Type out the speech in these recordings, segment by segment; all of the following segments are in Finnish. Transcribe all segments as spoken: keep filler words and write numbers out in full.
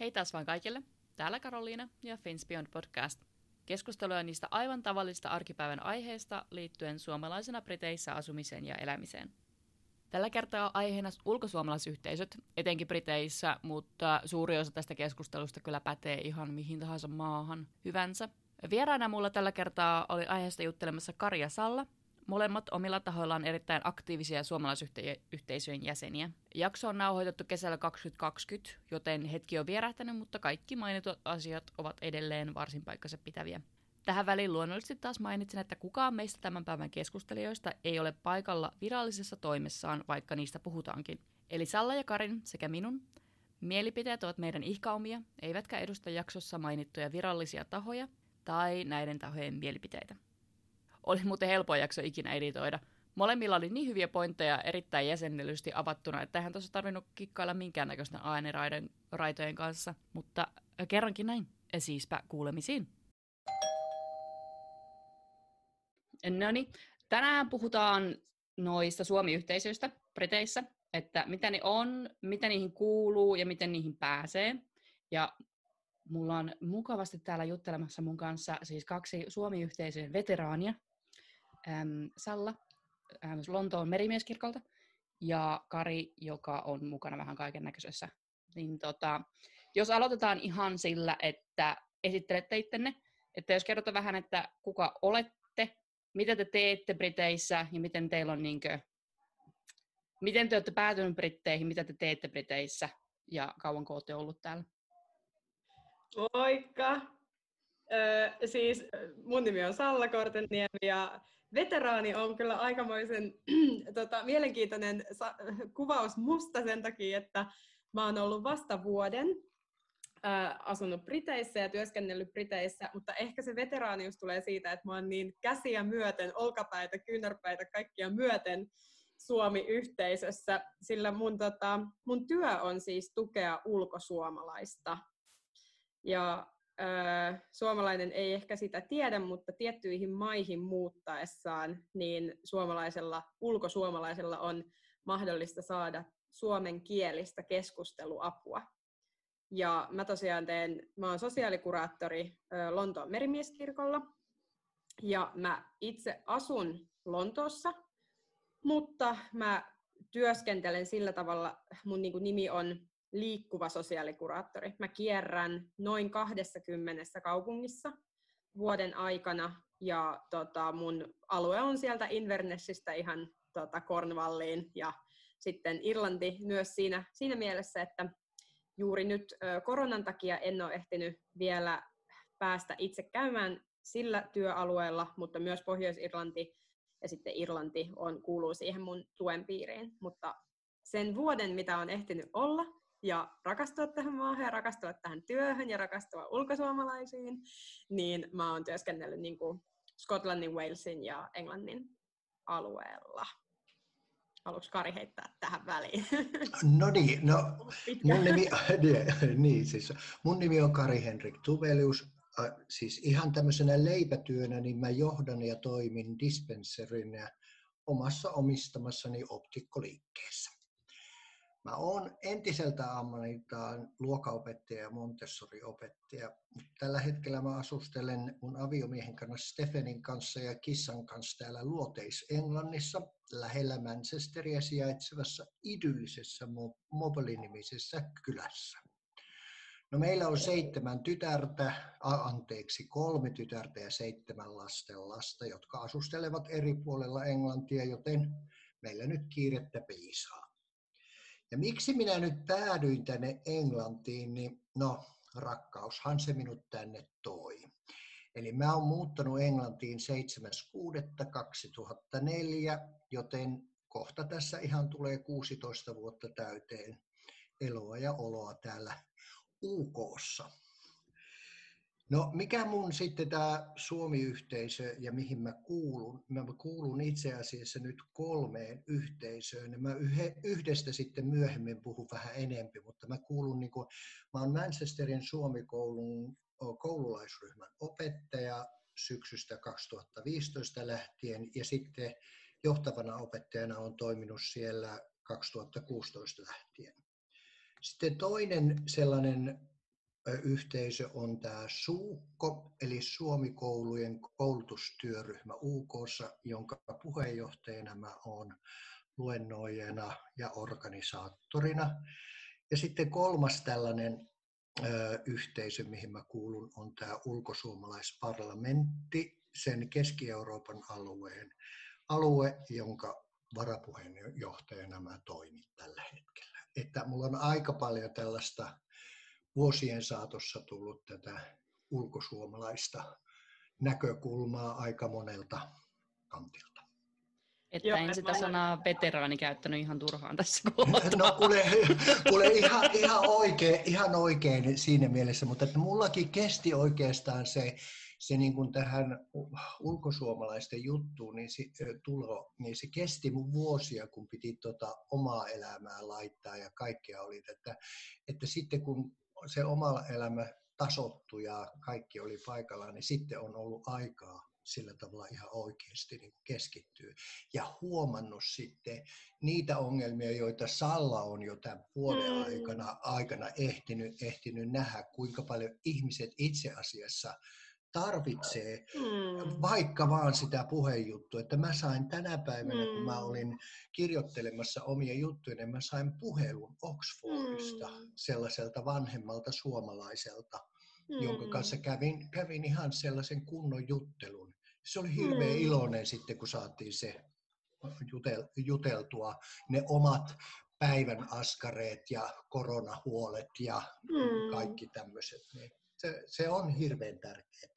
Hei taas vaan kaikille, täällä Karoliina ja Finns Beyond Podcast. Keskustelua niistä aivan tavallista arkipäivän aiheista liittyen suomalaisena Briteissä asumiseen ja elämiseen. Tällä kertaa aiheena ulkosuomalaisyhteisöt, etenkin Briteissä, mutta suuri osa tästä keskustelusta kyllä pätee ihan mihin tahansa maahan hyvänsä. Vieraana mulla tällä kertaa oli aiheesta juttelemassa Kari ja Salla, molemmat omilla tahoillaan erittäin aktiivisia suomalaisyhteisöjen jäseniä. Jakso on nauhoitettu kesällä kaksituhattakaksikymmentä, joten hetki on vierähtänyt, mutta kaikki mainitut asiat ovat edelleen varsin paikkansa pitäviä. Tähän väliin luonnollisesti taas mainitsen, että kukaan meistä tämän päivän keskustelijoista ei ole paikalla virallisessa toimessaan, vaikka niistä puhutaankin. Eli Salla ja Karin sekä minun mielipiteet ovat meidän ihkaomia, eivätkä edusta jaksossa mainittuja virallisia tahoja tai näiden tahojen mielipiteitä. Oli muuten helpoa jakso ikinä editoida. Molemmilla oli niin hyviä pointteja erittäin jäsennellysti avattuna, että eihän tuossa tarvinnut kikkailla minkäännäköisten ääniraitojen kanssa. Mutta kerrankin näin. Siispä kuulemisiin. Noniin, tänään puhutaan noista Suomi-yhteisöistä Briteissä, että mitä ne on, mitä niihin kuuluu ja miten niihin pääsee. Ja mulla on mukavasti täällä juttelemassa mun kanssa siis kaksi Suomi-yhteisöjen veteraania. Ähm, Salla ähm, Lontoon merimieskirkolta ja Kari, joka on mukana vähän kaiken näköisessä. Niin tota, jos aloitetaan ihan sillä, että esittelette ittenne, että jos kerrotte vähän, että kuka olette, mitä te teette Briteissä ja miten teillä on niinkö, miten te olette päätyneet Britteihin, mitä te teette Briteissä ja kauanko olette ollut täällä? Moikka! Öö, siis mun nimi on Salla Korteniemi ja veteraani on kyllä aikamoisen tota, mielenkiintoinen sa- kuvaus musta sen takia, että mä oon ollut vasta vuoden ää, asunut Briteissä ja työskennellyt Briteissä, mutta ehkä se veteraanius tulee siitä, että mä oon niin käsiä myöten, olkapäitä, kyynärpäitä, kaikkia myöten Suomi-yhteisössä, sillä mun, tota, mun työ on siis tukea ulkosuomalaista. Ja ö, suomalainen ei ehkä sitä tiedä, mutta tiettyihin maihin muuttaessaan niin suomalaisella, ulkosuomalaisella on mahdollista saada suomenkielistä keskusteluapua. Ja mä tosiaan teen, mä oon sosiaalikuraattori ö, Lontoon merimieskirkolla ja mä itse asun Lontoossa, mutta mä työskentelen sillä tavalla, mun niin kuin nimi on liikkuva sosiaalikuraattori. Mä kierrän noin kaksikymmentä kaupungissa vuoden aikana ja tota, mun alue on sieltä Invernessistä ihan tota, Cornwalliin ja sitten Irlanti myös siinä, siinä mielessä, että juuri nyt ö, koronan takia en ole ehtinyt vielä päästä itse käymään sillä työalueella, mutta myös Pohjois-Irlanti ja sitten Irlanti on, kuuluu siihen mun tuen piiriin. Mutta sen vuoden, mitä on ehtinyt olla, ja rakastua tähän maahan ja rakastua tähän työhön ja rakastua ulkosuomalaisiin, niin mä oon työskennellyt niin kuin Skotlannin, Walesin ja Englannin alueella. Haluatko Kari heittää tähän väliin? No niin, no, mun, nimi, niin, siis, mun nimi on Kari Henrik Tuvelius. Siis ihan tämmöisenä leipätyönä niin mä johdan ja toimin dispenserinä omassa omistamassani optikkoliikkeessä. Mä oon entiseltä ammatiltaan luokanopettaja ja Montessori-opettaja, mutta tällä hetkellä mä asustelen mun aviomiehen kanssa Stephenin kanssa ja kissan kanssa täällä Luoteis-Englannissa, lähellä Manchesteria sijaitsevassa idyllisessä Mobley-nimisessä kylässä. No meillä on seitsemän tytärtä, anteeksi kolme tytärtä ja seitsemän lasten lasta, jotka asustelevat eri puolella Englantia, joten meillä nyt kiirettä piisaa. Ja miksi minä nyt päädyin tänne Englantiin, niin no rakkaushan se minut tänne toi. Eli mä oon muuttanut Englantiin seitsemäs kuudetta kaksituhattaneljä, joten kohta tässä ihan tulee kuusitoista vuotta täyteen eloa ja oloa täällä U K:ssa. No mikä mun sitten tämä Suomi-yhteisö ja mihin mä kuulun? Mä kuulun itse asiassa nyt kolmeen yhteisöön. Mä yhdestä sitten myöhemmin puhun vähän enempi, mutta mä kuulun niin kuin, mä oon Manchesterin Suomi-koulun koululaisryhmän opettaja syksystä kaksituhattaviisitoista lähtien ja sitten johtavana opettajana on toiminut siellä kaksituhattakuusitoista lähtien. Sitten toinen sellainen yhteisö on tämä SUUKKO, eli Suomi-koulujen koulutustyöryhmä U K:ssa, jonka puheenjohtajana mä oon luennoijana ja organisaattorina. Ja sitten kolmas tällainen ö, yhteisö, mihin mä kuulun, on tämä ulkosuomalaisparlamentti, sen Keski-Euroopan alueen alue, jonka varapuheenjohtajana mä toimin tällä hetkellä. Että mulla on aika paljon tällaista vuosien saatossa tullut tätä ulkosuomalaista näkökulmaa aika monelta kantilta. Että Joo, en sitä mä- sanaa veteraani käyttänyt ihan turhaan tässä kohtaa. No kuule, kuule ihan, ihan, oikein, ihan oikein siinä mielessä, mutta että mullakin kesti oikeastaan se, se niin kuin tähän ulkosuomalaisten juttuun niin se, tulo, niin se kesti mun vuosia, kun piti tota omaa elämää laittaa ja kaikkea oli, että, että sitten kun se oma elämä tasoittui ja kaikki oli paikallaan, niin sitten on ollut aikaa sillä tavalla ihan oikeasti niin keskittyy. Ja huomannut sitten niitä ongelmia, joita Salla on jo tämän vuoden Mm. aikana, aikana ehtinyt, ehtinyt nähdä, kuinka paljon ihmiset itse asiassa tarvitsee Mm. vaikka vaan sitä puheenjuttua, että mä sain tänä päivänä, kun mä Mm. olin kirjoittelemassa omia juttuja, niin mä sain puhelun Oxfordista, Mm. sellaiselta vanhemmalta suomalaiselta, Mm. jonka kanssa kävin, kävin ihan sellaisen kunnon juttelun. Se oli hirveän Mm. iloinen sitten, kun saatiin se jutel, juteltua, ne omat päivän askareet ja koronahuolet ja Mm. kaikki tämmöiset. Niin se, se on hirveän tärkeää.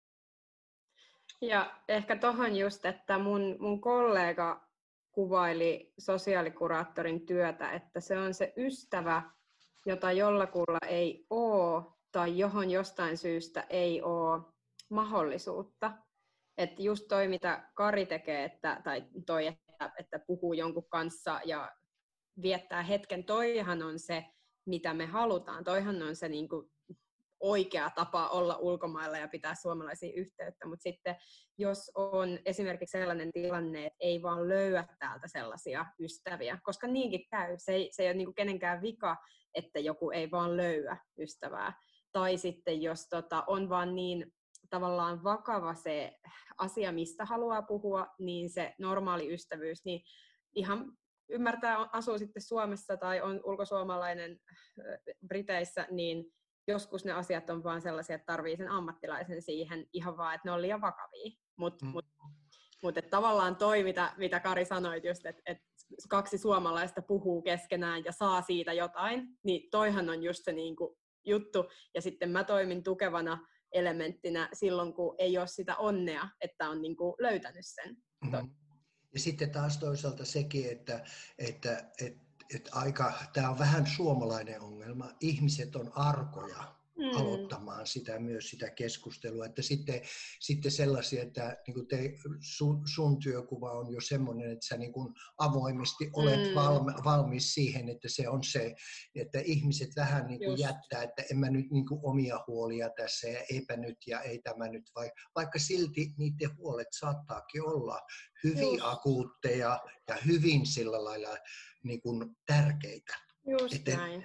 Ja ehkä tohon just, että mun, mun kollega kuvaili sosiaalikuraattorin työtä, että se on se ystävä, jota jollakulla ei ole tai johon jostain syystä ei ole mahdollisuutta. Että just toi, mitä Kari tekee, että, tai toi, että, että puhuu jonkun kanssa ja viettää hetken, toihan on se, mitä me halutaan. Toihan on se niin kuin oikea tapa olla ulkomailla ja pitää suomalaisia yhteyttä, mutta sitten jos on esimerkiksi sellainen tilanne, että ei vaan löyä täältä sellaisia ystäviä, koska niinkin käy, se ei, se ei ole niin kuin kenenkään vika, että joku ei vaan löyä ystävää, tai sitten jos tota, on vaan niin tavallaan vakava se asia, mistä haluaa puhua, niin se normaali ystävyys, niin ihan ymmärtää, asuu sitten Suomessa tai on ulkosuomalainen Briteissä, niin joskus ne asiat on vaan sellaisia, että tarvii sen ammattilaisen siihen ihan vaan, että ne on liian vakavia. Mutta Mm. mut, mut, tavallaan toi, mitä, mitä Kari sanoit just, että et kaksi suomalaista puhuu keskenään ja saa siitä jotain, niin toihan on just se niinku juttu. Ja sitten mä toimin tukevana elementtinä silloin, kun ei ole sitä onnea, että on niinku löytänyt sen. Mm-hmm. Ja sitten taas toisaalta sekin, että, että, että että aika, tämä on vähän suomalainen ongelma. Ihmiset on arkoja mm. aloittamaan sitä, myös sitä keskustelua. Että sitten, sitten sellaisia, että niin kuin te, sun, sun työkuva on jo semmoinen, että sä niin kuin avoimesti olet mm. valmi, valmis siihen, että se on se, että ihmiset vähän niin kuin jättää, että en mä nyt niin kuin omia huolia tässä ja eipä nyt ja ei tämä nyt, vaikka, vaikka silti niiden huolet saattaakin olla hyvin Just. akuutteja ja hyvin sillä lailla niin kuin tärkeitä. Just näin.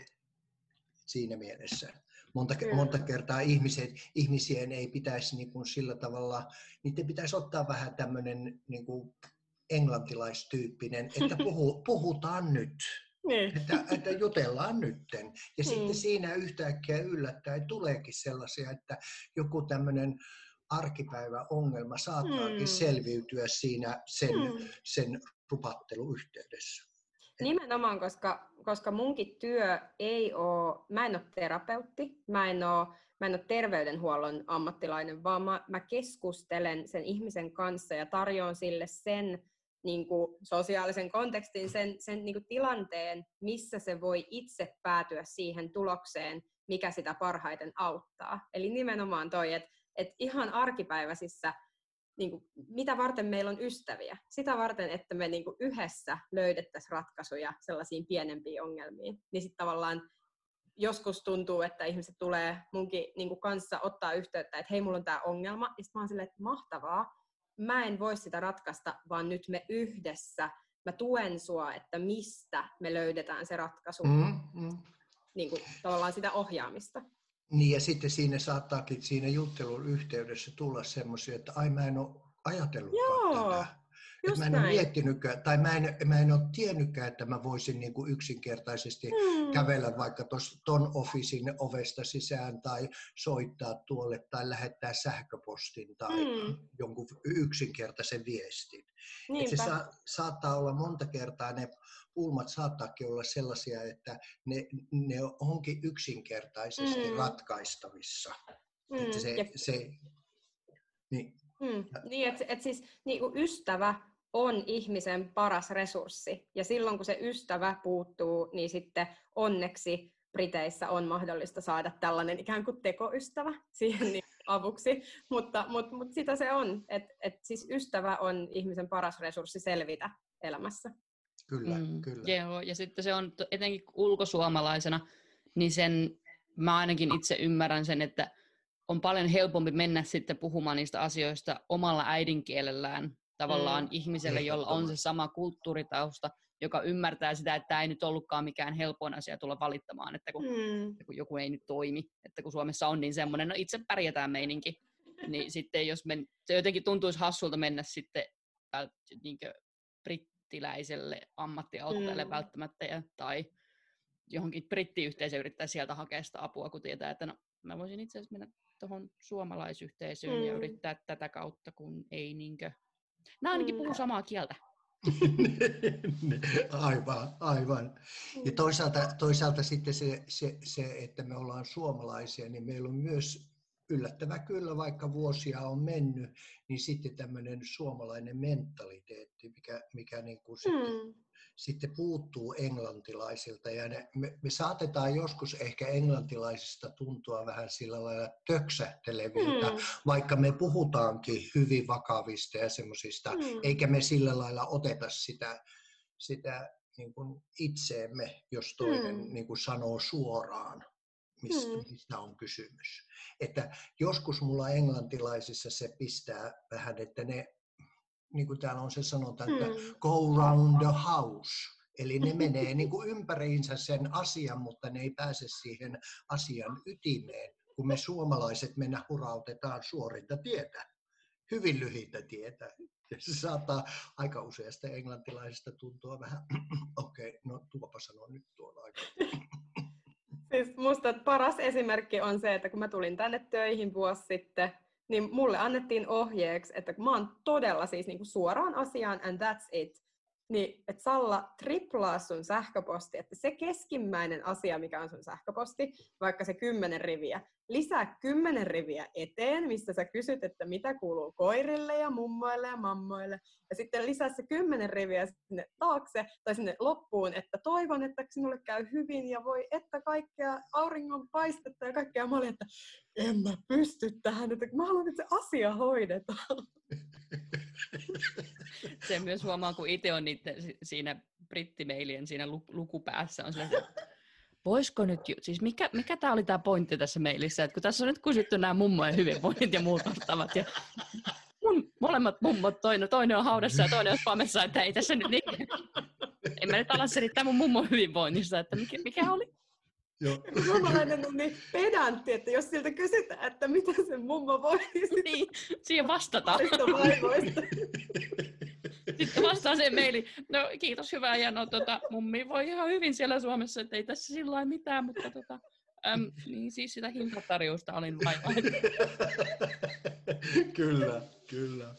Siinä mielessä. Monta, monta kertaa ihmiset, ihmisien ei pitäisi niin kuin sillä tavalla, niiden pitäisi ottaa vähän tämmöinen niin kuin englantilaistyyppinen, että puhu, puhutaan nyt. Niin. Että, että jutellaan nytten. Ja mm. sitten siinä yhtäkkiä yllättäen tuleekin sellaisia, että joku tämmöinen arkipäiväongelma saattaakin mm. selviytyä siinä sen, mm. sen rupatteluyhteydessä. Nimenomaan, koska, koska munkin työ ei ole, mä en ole terapeutti, mä en ole, mä en ole terveydenhuollon ammattilainen, vaan mä, mä keskustelen sen ihmisen kanssa ja tarjoan sille sen niin kuin sosiaalisen kontekstin, sen, sen niin kuin tilanteen, missä se voi itse päätyä siihen tulokseen, mikä sitä parhaiten auttaa. Eli nimenomaan toi, että et ihan arkipäiväisissä niin kuin, mitä varten meillä on ystäviä? Sitä varten, että me niin kuin yhdessä löydettäisiin ratkaisuja sellaisiin pienempiin ongelmiin. Niin sitten tavallaan joskus tuntuu, että ihmiset tulee munkin niin kuin kanssa ottaa yhteyttä, että hei, mulla on tämä ongelma. Ja sitten mä oon silleen, että mahtavaa. Mä en voi sitä ratkaista, vaan nyt me yhdessä, mä tuen sua, että mistä me löydetään se ratkaisu. Mm, mm. Niin kuin, tavallaan sitä ohjaamista. Niin ja sitten siinä saattaakin siinä juttelun yhteydessä tulla semmoisia, että ai mä en ole ajatellutkaan Joo, tätä. Että mä en näin. ole miettinytkään, tai mä en, mä en ole tiennytkään, että mä voisin niin kuin yksinkertaisesti hmm. kävellä vaikka tos, ton officein ovesta sisään, tai soittaa tuolle, tai lähettää sähköpostin, tai hmm. jonkun yksinkertaisen viestin. Että se sa, saattaa olla monta kertaa, ne pulmat saattaakin olla sellaisia, että ne, ne onkin yksinkertaisesti hmm. ratkaistavissa. Hmm. Että se, se, niin, Hmm. Niin, että et siis niin ystävä on ihmisen paras resurssi. Ja silloin, kun se ystävä puuttuu, niin sitten onneksi Briteissä on mahdollista saada tällainen ikään kuin tekoystävä siihen niin avuksi. Mutta, mutta, mutta sitä se on, että et siis ystävä on ihmisen paras resurssi selvitä elämässä. Kyllä, mm, kyllä. Joo, ja sitten se on etenkin ulkosuomalaisena, niin sen mä ainakin itse ymmärrän sen, että on paljon helpompi mennä sitten puhumaan niistä asioista omalla äidinkielellään tavallaan mm. ihmiselle, jolla on se sama kulttuuritausta, joka ymmärtää sitä, että tämä ei nyt ollutkaan mikään helpoin asia tulla valittamaan, että kun, mm. kun joku ei nyt toimi, että kun Suomessa on niin semmoinen, no itse pärjätään meininki, niin sitten jos men, se jotenkin tuntuisi hassulta mennä sitten äh, niin kuin brittiläiselle ammattiauttajalle mm. välttämättä ja, tai johonkin brittiyhteisöön yrittää sieltä hakea sitä apua, kun tietää, että no mä voisin itse asiassa mennä tuohon suomalaisyhteisöön mm. ja yrittää tätä kautta, kun ei niinkö... Nämä ainakin mm. puhuu samaa kieltä. aivan, aivan. Ja toisaalta, toisaalta sitten se, se, se, että me ollaan suomalaisia, niin meillä on myös yllättävä kyllä, vaikka vuosia on mennyt, niin sitten tämmöinen suomalainen mentaliteetti, mikä, mikä niin kuin sitten... Mm. sitten puuttuu englantilaisilta ja ne, me, me saatetaan joskus ehkä englantilaisista tuntua vähän sillä lailla töksähteleviltä, mm. vaikka me puhutaankin hyvin vakavista ja semmoisista, mm. eikä me sillä lailla oteta sitä, sitä niin kuin itseemme, jos toinen mm. niin kuin sanoo suoraan, mistä, mm. mistä on kysymys. Että joskus mulla englantilaisissa se pistää vähän, että ne niin kuin täällä on se sanota, että mm. go round the house. Eli ne menee niin kuin ympäriinsä sen asian, mutta ne ei pääse siihen asian ytimeen, kun me suomalaiset mennä hurautetaan suorinta tietä, hyvin lyhyitä tietä. Ja se saattaa aika useasta englantilaisesta tuntua vähän, okei, okay, no tuopa sanoo nyt tuolla aika. Siis musta paras esimerkki on se, että kun mä tulin tänne töihin vuosi sitten, niin mulle annettiin ohjeeksi, että kun mä oon todella siis niinku suoraan asiaan and that's it, niin että Salla triplaa sun sähköposti, että se keskimmäinen asia, mikä on sun sähköposti, vaikka se kymmenen riviä, lisää kymmenen riviä eteen, missä sä kysyt, että mitä kuuluu koirille ja mummoille ja mammoille, ja sitten lisää se kymmenen riviä sinne taakse tai sinne loppuun, että toivon, että sinulle käy hyvin ja voi että kaikkea auringon paistetta ja kaikkea. Mä olin, että en mä pysty tähän, että mä haluan, että se asia hoidetaan. Se myös huomaa, kun itse on niitä, siinä brittimeilien siinä lukupäässä on sellainen, voisiko nyt, siis mikä, mikä tämä oli tämä pointti tässä mailissa, että kun tässä on nyt kysytty nämä mummojen hyvinvoinnit ja muut vastaavat, ja mun molemmat mummot, toinen, toinen on haudassa ja toinen on spamessa, että ei tässä nyt niin, en mä nyt ala selittää mun mummon hyvinvoinnista, että mikä, mikä oli? Suomalainen on niin pedantti, että jos siltä kysytään, että mitä se mummo voi, niin siihen vastataan. Vaivoista. Sitten vastaan se maili, no kiitos hyvää ja no tota, mummi voi ihan hyvin siellä Suomessa, että ei tässä sillä lailla mitään, mutta tota, äm, niin siis sitä hintatarjousta olin vaivaa. Kyllä, kyllä.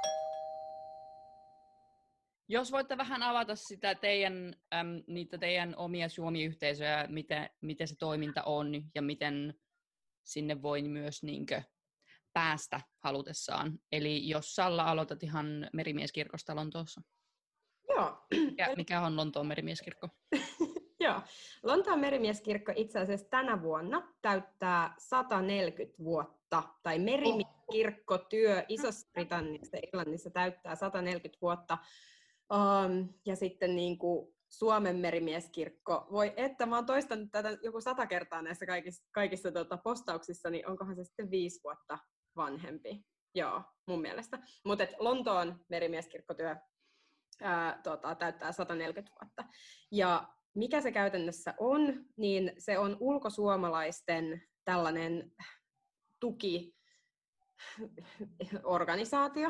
Jos voitte vähän avata sitä teidän, äm, niitä teidän omia Suomi-yhteisöjä, miten, miten se toiminta on ja miten sinne voi myös niinkö päästä halutessaan. Eli jos Salla aloitat ihan Merimieskirkosta Lontoossa. Joo. Ja mikä on Lontoon merimieskirkko? Joo. Lontoon merimieskirkko itse asiassa tänä vuonna täyttää sata neljäkymmentä vuotta, tai merimieskirkkotyö Isossa-Britanniassa ja Irlannissa täyttää sata neljäkymmentä vuotta. Um, ja sitten niin kuin Suomen merimieskirkko, voi että mä oon toistanut tätä joku sata kertaa näissä kaikissa, kaikissa tota, postauksissa, niin onkohan se sitten viisi vuotta vanhempi. Joo, mun mielestä. Mutta Lontoon merimieskirkkotyö ää, tota, täyttää sata neljäkymmentä vuotta. Ja mikä se käytännössä on, niin se on ulkosuomalaisten tällainen tukiorganisaatio,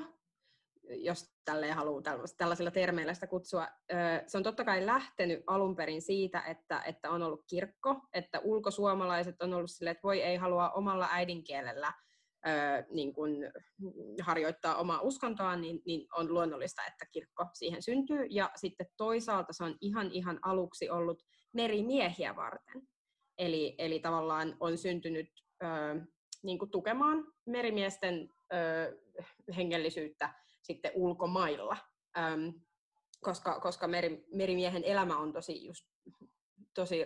jos tälleen haluaa tällaisilla termeillä sitä kutsua. Se on totta kai lähtenyt alun perin siitä, että, että on ollut kirkko, että ulkosuomalaiset on ollut silleen, että voi ei halua omalla äidinkielellä niin kun harjoittaa omaa uskontoaan, niin, niin on luonnollista, että kirkko siihen syntyy. Ja sitten toisaalta se on ihan ihan aluksi ollut merimiehiä varten. Eli, eli tavallaan on syntynyt ö, niin kun tukemaan merimiesten ö, hengellisyyttä sitten ulkomailla, Öm, koska, koska meri, merimiehen elämä on tosi, just, tosi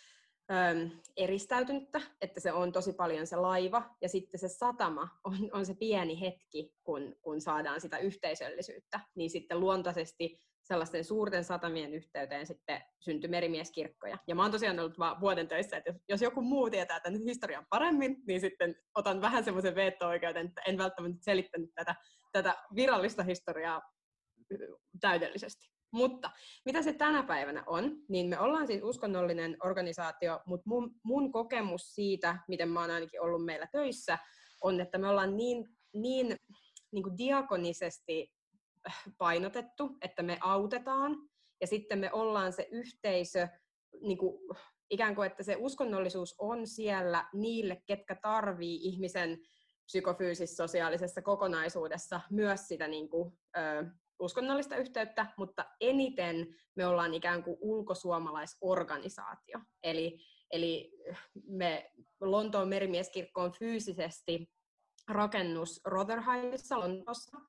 öm, eristäytynyttä, että se on tosi paljon se laiva, ja sitten se satama on, on se pieni hetki, kun, kun saadaan sitä yhteisöllisyyttä, niin sitten luontaisesti sellaisten suurten satamien yhteyteen sitten syntyi merimieskirkkoja. Ja mä oon tosiaan ollut vaan vuoden töissä, että jos, jos joku muu tietää tämän historian paremmin, niin sitten otan vähän semmoisen veto-oikeuden, että en välttämättä selittänyt tätä, tätä virallista historiaa täydellisesti. Mutta mitä se tänä päivänä on, niin me ollaan siis uskonnollinen organisaatio, mutta mun, mun kokemus siitä, miten mä oon ainakin ollut meillä töissä, on, että me ollaan niin, niin, niin kuin diakonisesti painotettu, että me autetaan, ja sitten me ollaan se yhteisö, niin kuin, ikään kuin, että se uskonnollisuus on siellä niille, ketkä tarvii ihmisen psykofyysis-sosiaalisessa kokonaisuudessa myös sitä niin kuin, ö, uskonnollista yhteyttä, mutta eniten me ollaan ikään kuin ulkosuomalaisorganisaatio. Eli, eli me Lontoon merimieskirkko on fyysisesti rakennus Rotherhitheissa Lontoossa,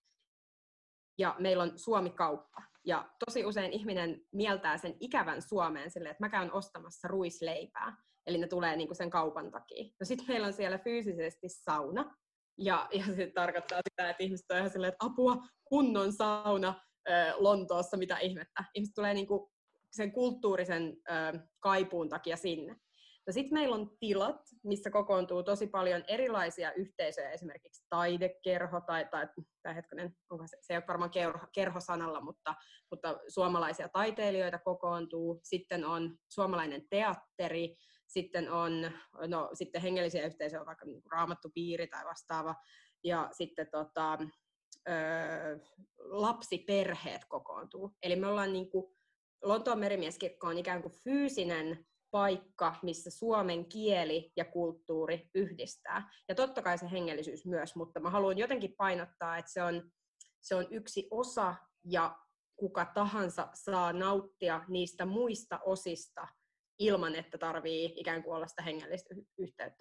ja meillä on Suomi-kauppa. Ja tosi usein ihminen mieltää sen ikävän Suomeen silleen, että mä käyn ostamassa ruisleipää. Eli ne tulee niinku sen kaupan takia. No sit meillä on siellä fyysisesti sauna. Ja, ja se tarkoittaa sitä, että ihmiset on ihan silleen, että apua, kunnon sauna äh, Lontoossa, mitä ihmettä. Ihmiset tulee niinku sen kulttuurisen äh, kaipuun takia sinne. No sitten meillä on tilat, missä kokoontuu tosi paljon erilaisia yhteisöjä, esimerkiksi taidekerho, tai, tai, tai hetkinen, onko se, se ei ole varmaan kerho, kerhosanalla, mutta, mutta suomalaisia taiteilijoita kokoontuu. Sitten on suomalainen teatteri, sitten on no, sitten hengellisiä yhteisöjä, vaikka niin kuin raamattupiiri tai vastaava, ja sitten tota, ö, lapsiperheet kokoontuu. Eli me ollaan niin kuin, Lontoon merimieskirkko on ikään kuin fyysinen paikka, missä suomen kieli ja kulttuuri yhdistää. Ja totta kai se hengellisyys myös, mutta mä haluan jotenkin painottaa, että se on, se on yksi osa ja kuka tahansa saa nauttia niistä muista osista ilman, että tarvii ikään kuin olla sitä hengellistä yhteyttä.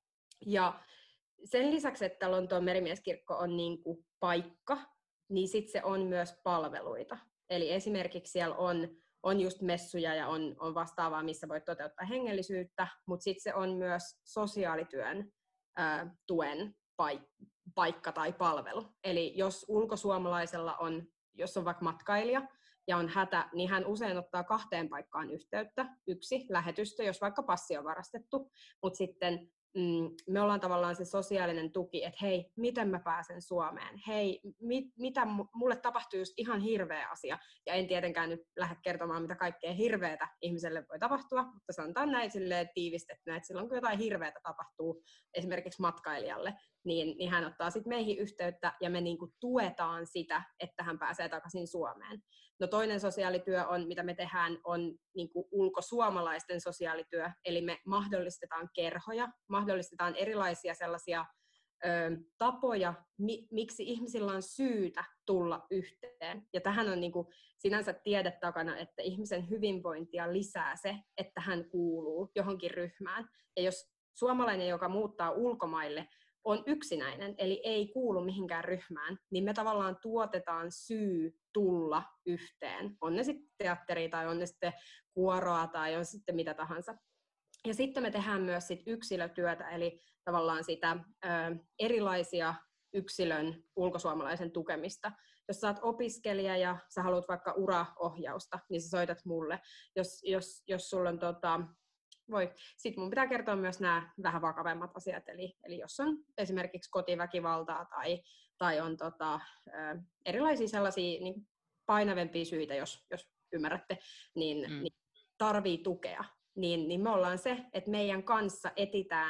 Ja sen lisäksi, että Lontoon merimieskirkko on niin kuin paikka, niin sitten se on myös palveluita. Eli esimerkiksi siellä on On just messuja ja on, on vastaavaa, missä voit toteuttaa hengellisyyttä, mutta sitten se on myös sosiaalityön ää, tuen paik- paikka tai palvelu. Eli jos ulkosuomalaisella on, jos on vaikka matkailija ja on hätä, niin hän usein ottaa kahteen paikkaan yhteyttä. Yksi, lähetystö, jos vaikka passi on varastettu, mutta sitten me ollaan tavallaan se sosiaalinen tuki, että hei, miten mä pääsen Suomeen? Hei, mit, mitä mulle tapahtuu just ihan hirveä asia? Ja en tietenkään nyt lähde kertomaan, mitä kaikkea hirveätä ihmiselle voi tapahtua, mutta sanotaan näin silleen tiivistettynä, että silloin kun jotain hirveätä tapahtuu esimerkiksi matkailijalle, niin, niin hän ottaa sitten meihin yhteyttä ja me niinku tuetaan sitä, että hän pääsee takaisin Suomeen. No toinen sosiaalityö, on, mitä me tehdään, on niinku ulkosuomalaisten sosiaalityö, eli me mahdollistetaan kerhoja, mahdollistetaan erilaisia sellaisia ö, tapoja, mi, miksi ihmisillä on syytä tulla yhteen. Ja tähän on niinku sinänsä tiede takana, että ihmisen hyvinvointia lisää se, että hän kuuluu johonkin ryhmään. Ja jos suomalainen, joka muuttaa ulkomaille, on yksinäinen, eli ei kuulu mihinkään ryhmään, niin me tavallaan tuotetaan syy tulla yhteen. On ne sitten teatteria tai on ne sitten kuoroa tai on sitten mitä tahansa. Ja sitten me tehdään myös sit yksilötyötä, eli tavallaan sitä ö, erilaisia yksilön ulkosuomalaisen tukemista. Jos sä oot opiskelija ja sä haluat vaikka uraohjausta, niin sä soitat mulle. Jos, jos, jos sulla on tota, Voi. Sitten mun pitää kertoa myös nämä vähän vakavemmat asiat, eli, eli jos on esimerkiksi kotiväkivaltaa tai, tai on tota, ä, erilaisia sellaisia niin painavempia syitä, jos, jos ymmärrätte, niin, mm. niin tarvii tukea. Niin, niin me ollaan se, että meidän kanssa etitään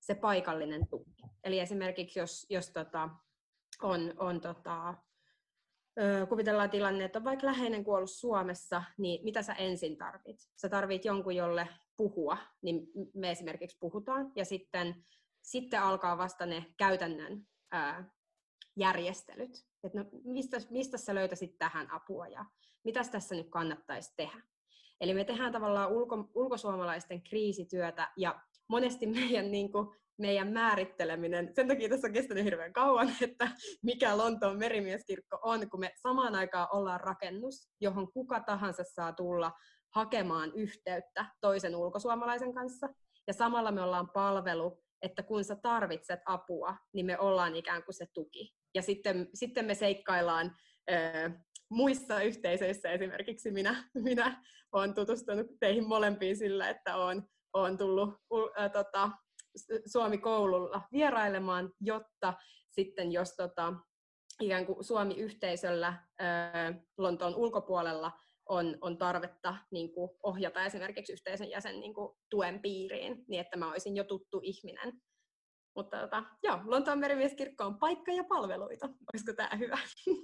se paikallinen tuki. Eli esimerkiksi jos, jos tota, on, on tota, ö, kuvitellaan tilanne, että on vaikka läheinen kuollut Suomessa, niin mitä sä ensin tarvit? Sä tarvit jonkun, jolle puhua, niin me esimerkiksi puhutaan, ja sitten, sitten alkaa vasta ne käytännön ää, järjestelyt. Että no, mistä, mistä sä löytäisit tähän apua, ja mitäs tässä nyt kannattaisi tehdä? Eli me tehdään tavallaan ulko, ulkosuomalaisten kriisityötä, ja monesti meidän, niin kuin, meidän määritteleminen, sen takia tässä on kestänyt hirveän kauan, että mikä Lontoon merimieskirkko on, kun me samaan aikaan ollaan rakennus, johon kuka tahansa saa tulla hakemaan yhteyttä toisen ulkosuomalaisen kanssa, ja samalla me ollaan palvelu, että kun sä tarvitset apua, niin me ollaan ikään kuin se tuki. Ja sitten, sitten me seikkaillaan ö, muissa yhteisöissä, esimerkiksi minä, minä olen tutustunut teihin molempiin sillä, että olen, olen tullut ä, tota, Suomi-koululla vierailemaan, jotta sitten jos tota, ikään kuin Suomi-yhteisöllä ä, Lontoon ulkopuolella on, on tarvetta niin kuin ohjata esimerkiksi yhteisön jäsen niin kuin tuen piiriin, niin että mä olisin jo tuttu ihminen. Mutta tota, joo, Lontoon merimieskirkko on paikka ja palveluita. Olisiko tämä hyvä?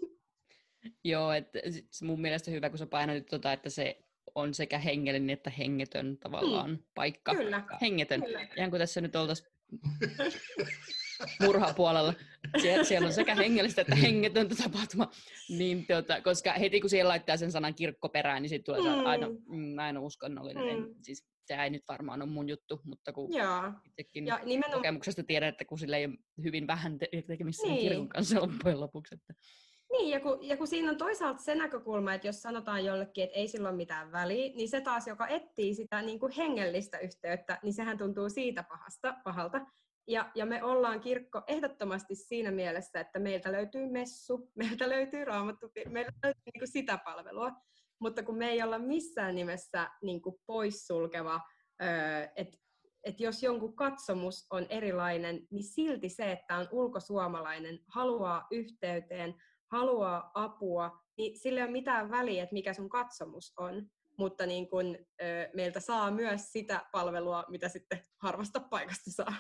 Joo, että mun mielestä hyvä, kun sä painotit tota, että se on sekä hengellinen että hengetön tavallaan hmm. paikka. Kyllä. Hengetön. Kyllä. Ihan kuin tässä nyt oltaisiin murhapuolella. Sie- siellä on sekä hengellistä että hengetöntä tapahtuma. Niin, tuota, koska heti kun siellä laittaa sen sanan kirkko perään, niin sitten tulee mm. aina, mm, aina uskonnollinen. Mm. En, siis, se ei nyt varmaan ole mun juttu, mutta kun Jaa. itsekin ja nimenomaan kokemuksesta tiedän, että kun sillä ei ole hyvin vähän te- tekemistä niin. kirkon kanssa loppujen lopuksi. Että niin, ja kun, ja kun siinä on toisaalta se näkökulma, että jos sanotaan jollekin, että ei sillä ole mitään väliä, niin se taas, joka etsii sitä niin kuin hengellistä yhteyttä, niin sehän tuntuu siitä pahasta, pahalta. Ja, ja me ollaan kirkko ehdottomasti siinä mielessä, että meiltä löytyy messu, meiltä löytyy raamattu, meiltä löytyy niin kuin sitä palvelua, mutta kun me ei olla missään nimessä niin kuin poissulkeva, että et jos jonkun katsomus on erilainen, niin silti se, että on ulkosuomalainen, haluaa yhteyteen, haluaa apua, niin sillä ei ole mitään väliä, että mikä sun katsomus on. Mutta niin kun, ö, meiltä saa myös sitä palvelua, mitä sitten harvasta paikasta saa.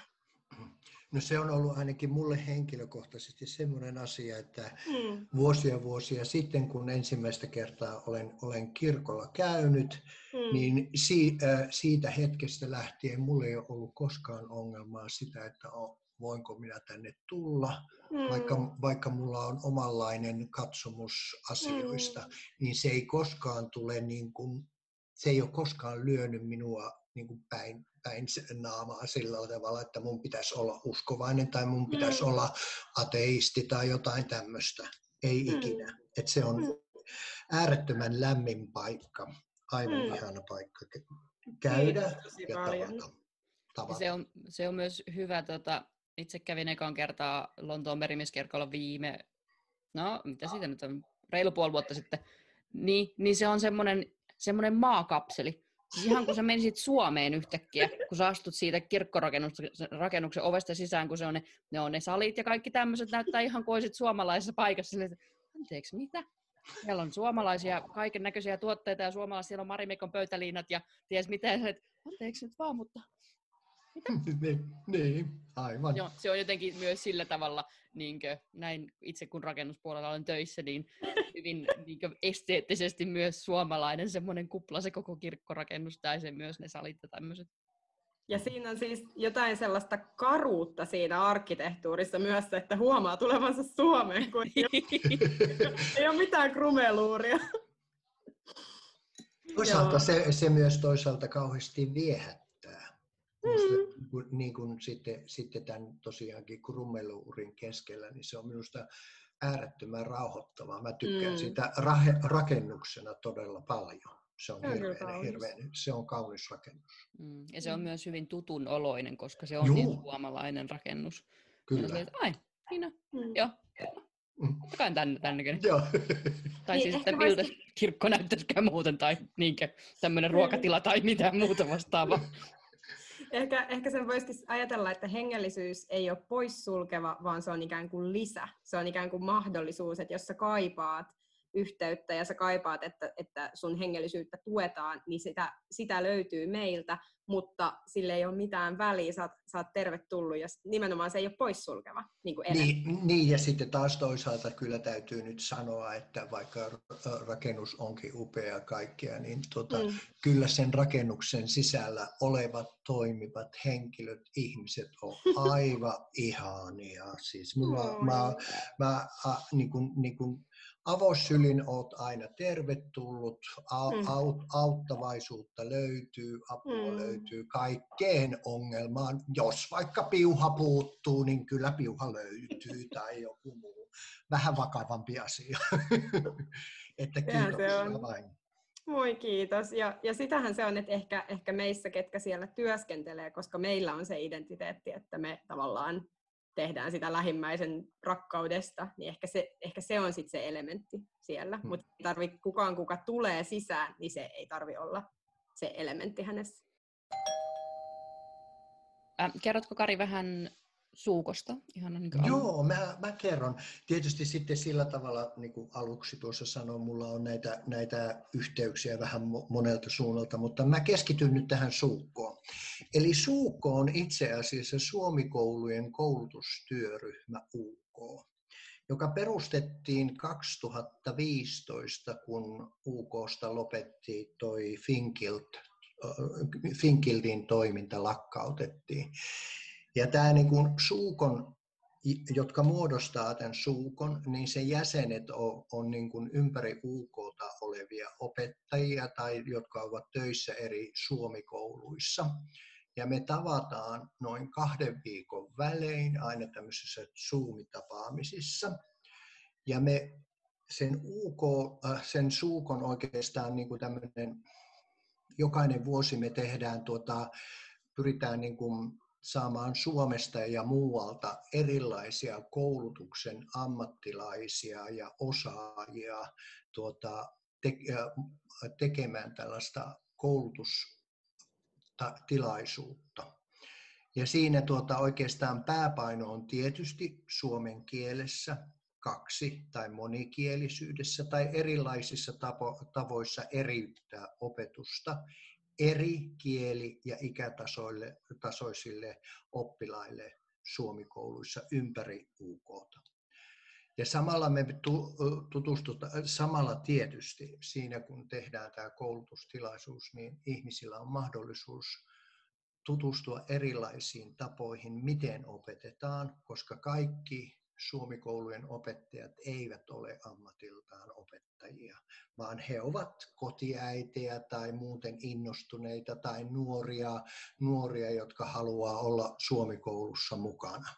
No se on ollut ainakin mulle henkilökohtaisesti semmoinen asia, että mm. vuosia vuosia sitten, kun ensimmäistä kertaa olen, olen kirkolla käynyt, mm. niin si, äh, siitä hetkestä lähtien mulla ei ole ollut koskaan ongelmaa sitä, että o, voinko minä tänne tulla, mm. vaikka, vaikka mulla on omanlainen katsomus asioista, mm. niin se ei koskaan tule niin kuin, se ei ole koskaan lyönyt minua niin kuin päin, päin naamaa sillä tavalla, että mun pitäisi olla uskovainen tai mun pitäisi mm. olla ateisti tai jotain tämmöistä. Ei mm. ikinä. Et se on mm. äärettömän lämmin paikka, aivan mm. ihana paikka käydä ja tavata. tavata. Se, on, se on myös hyvä, tota, itse kävin ekan kertaa Lontoon merimieskirkolla viime, no mitä siitä nyt on, reilu puoli vuotta sitten, niin, niin se on semmoinen semmoinen maakapseli. Siis ihan kun sä menisit Suomeen yhtäkkiä, kun sä astut siitä kirkkorakennuksen ovesta sisään, kun se on ne, ne, on ne salit ja kaikki tämmöiset, näyttää ihan kuin olisit suomalaisessa paikassa. Silleen, anteeksi, mitä? Siellä on suomalaisia kaiken näköisiä tuotteita ja suomalaisia, siellä on Marimekon pöytäliinat ja ties mitä. Et, anteeksi nyt vaan, mutta mitä? niin, niin, aivan. Joo, se on jotenkin myös sillä tavalla, niinkö, näin itse kun rakennuspuolella olen töissä, niin hyvin niinkö, esteettisesti myös suomalainen semmoinen kupla se koko kirkkorakennus tai se myös ne salit ja tämmöiset. Ja siinä on siis jotain sellaista karuutta siinä arkkitehtuurissa myös, että huomaa tulevansa Suomeen, kun ei ole, ei ole mitään krumeluuria. Toisaalta se, se myös toisaalta kauheasti viehättää. Mm. Niin kuin sitten, sitten tämän tosiaankin krummeluurin keskellä, niin se on minusta äärettömän rauhoittavaa. Mä tykkään mm. sitä ra- rakennuksena todella paljon. Se on, hirveän, hirveän, se on kaunis rakennus. Mm. Ja se on mm. myös hyvin tutun oloinen, koska se on Juu. niin suomalainen rakennus. Kyllä. Se, että, ai, siinä, mm. joo. Ottakaa mm. tänne, tännekin. Joo. Tai niin, siis, että miltä voisi kirkko näyttäisikään muuten, tai niinkö tämmöinen ruokatila tai mitään muuta vastaavaa. Ehkä, ehkä sen voisikin ajatella, että hengellisyys ei ole poissulkeva, vaan se on ikään kuin lisä. Se on ikään kuin mahdollisuus, että jos sä kaipaat yhteyttä ja sä kaipaat, että, että sun hengellisyyttä tuetaan, niin sitä, sitä löytyy meiltä, mutta sille ei ole mitään väliä, sä oot, sä oot tervetullut ja nimenomaan se ei ole poissulkeva niin kuin niin, niin, ja sitten taas toisaalta kyllä täytyy nyt sanoa, että vaikka rakennus onkin upea kaikkea, niin tuota, mm. kyllä sen rakennuksen sisällä olevat toimivat henkilöt, ihmiset on aivan ihania. Siis mulla, oh, mä, mä a, niin kuin, niin kuin avosylin oot aina tervetullut, au, mm. aut, auttavaisuutta löytyy, apua mm. löytyy kaikkeen ongelmaan. Jos vaikka piuha puuttuu, niin kyllä piuha löytyy tai joku muu vähän vakavampi asia. Että kiitoksia vain. Moi kiitos. Ja, ja sitähän se on, että ehkä, ehkä meissä, ketkä siellä työskentelee, koska meillä on se identiteetti, että me tavallaan tehdään sitä lähimmäisen rakkaudesta, niin ehkä se, ehkä se on sitten se elementti siellä. Hmm. Mutta ei tarvitse kukaan, kuka tulee sisään, niin se ei tarvitse olla se elementti hänessä. Äh, kerrotko Kari vähän Suukosta? Ihan niin kuin Joo, mä, mä kerron. Tietysti sitten sillä tavalla, niin kuin aluksi tuossa sanoin, mulla on näitä, näitä yhteyksiä vähän monelta suunnalta, mutta mä keskityn nyt tähän Suukkoon. Eli Suukko on itse asiassa Suomikoulujen koulutustyöryhmä U K, joka perustettiin kaksituhattaviisitoista, kun U K:sta lopetti toi Finkild, Finkildin toiminta lakkautettiin. Ja tämä niin kuin Suukon, jotka muodostaa tämän Suukon, niin sen jäsenet on, on niin kuin ympäri U K:ta olevia opettajia tai jotka ovat töissä eri suomikouluissa. Ja me tavataan noin kahden viikon välein aina tämmöisissä Zoom-tapaamisissa. Ja me sen, U K, sen Suukon oikeastaan niin kuin tämmöinen, jokainen vuosi me tehdään, tuota, pyritään niin kuin saamaan Suomesta ja muualta erilaisia koulutuksen ammattilaisia ja osaajia tuota, te, tekemään tällaista koulutustilaisuutta. Ja siinä tuota, oikeastaan pääpaino on tietysti suomen kielessä, kaksi- tai monikielisyydessä tai erilaisissa tapo, tavoissa eriyttää opetusta eri kieli- ja ikätasoisille oppilaille suomikouluissa ympäri U K:ta. Ja samalla me tutustutaan, samalla tietysti siinä kun tehdään tämä koulutustilaisuus, niin ihmisillä on mahdollisuus tutustua erilaisiin tapoihin, miten opetetaan, koska kaikki suomikoulujen opettajat eivät ole ammatiltaan opettajia, vaan he ovat kotiäitejä tai muuten innostuneita tai nuoria, nuoria jotka haluaa olla suomikoulussa mukana.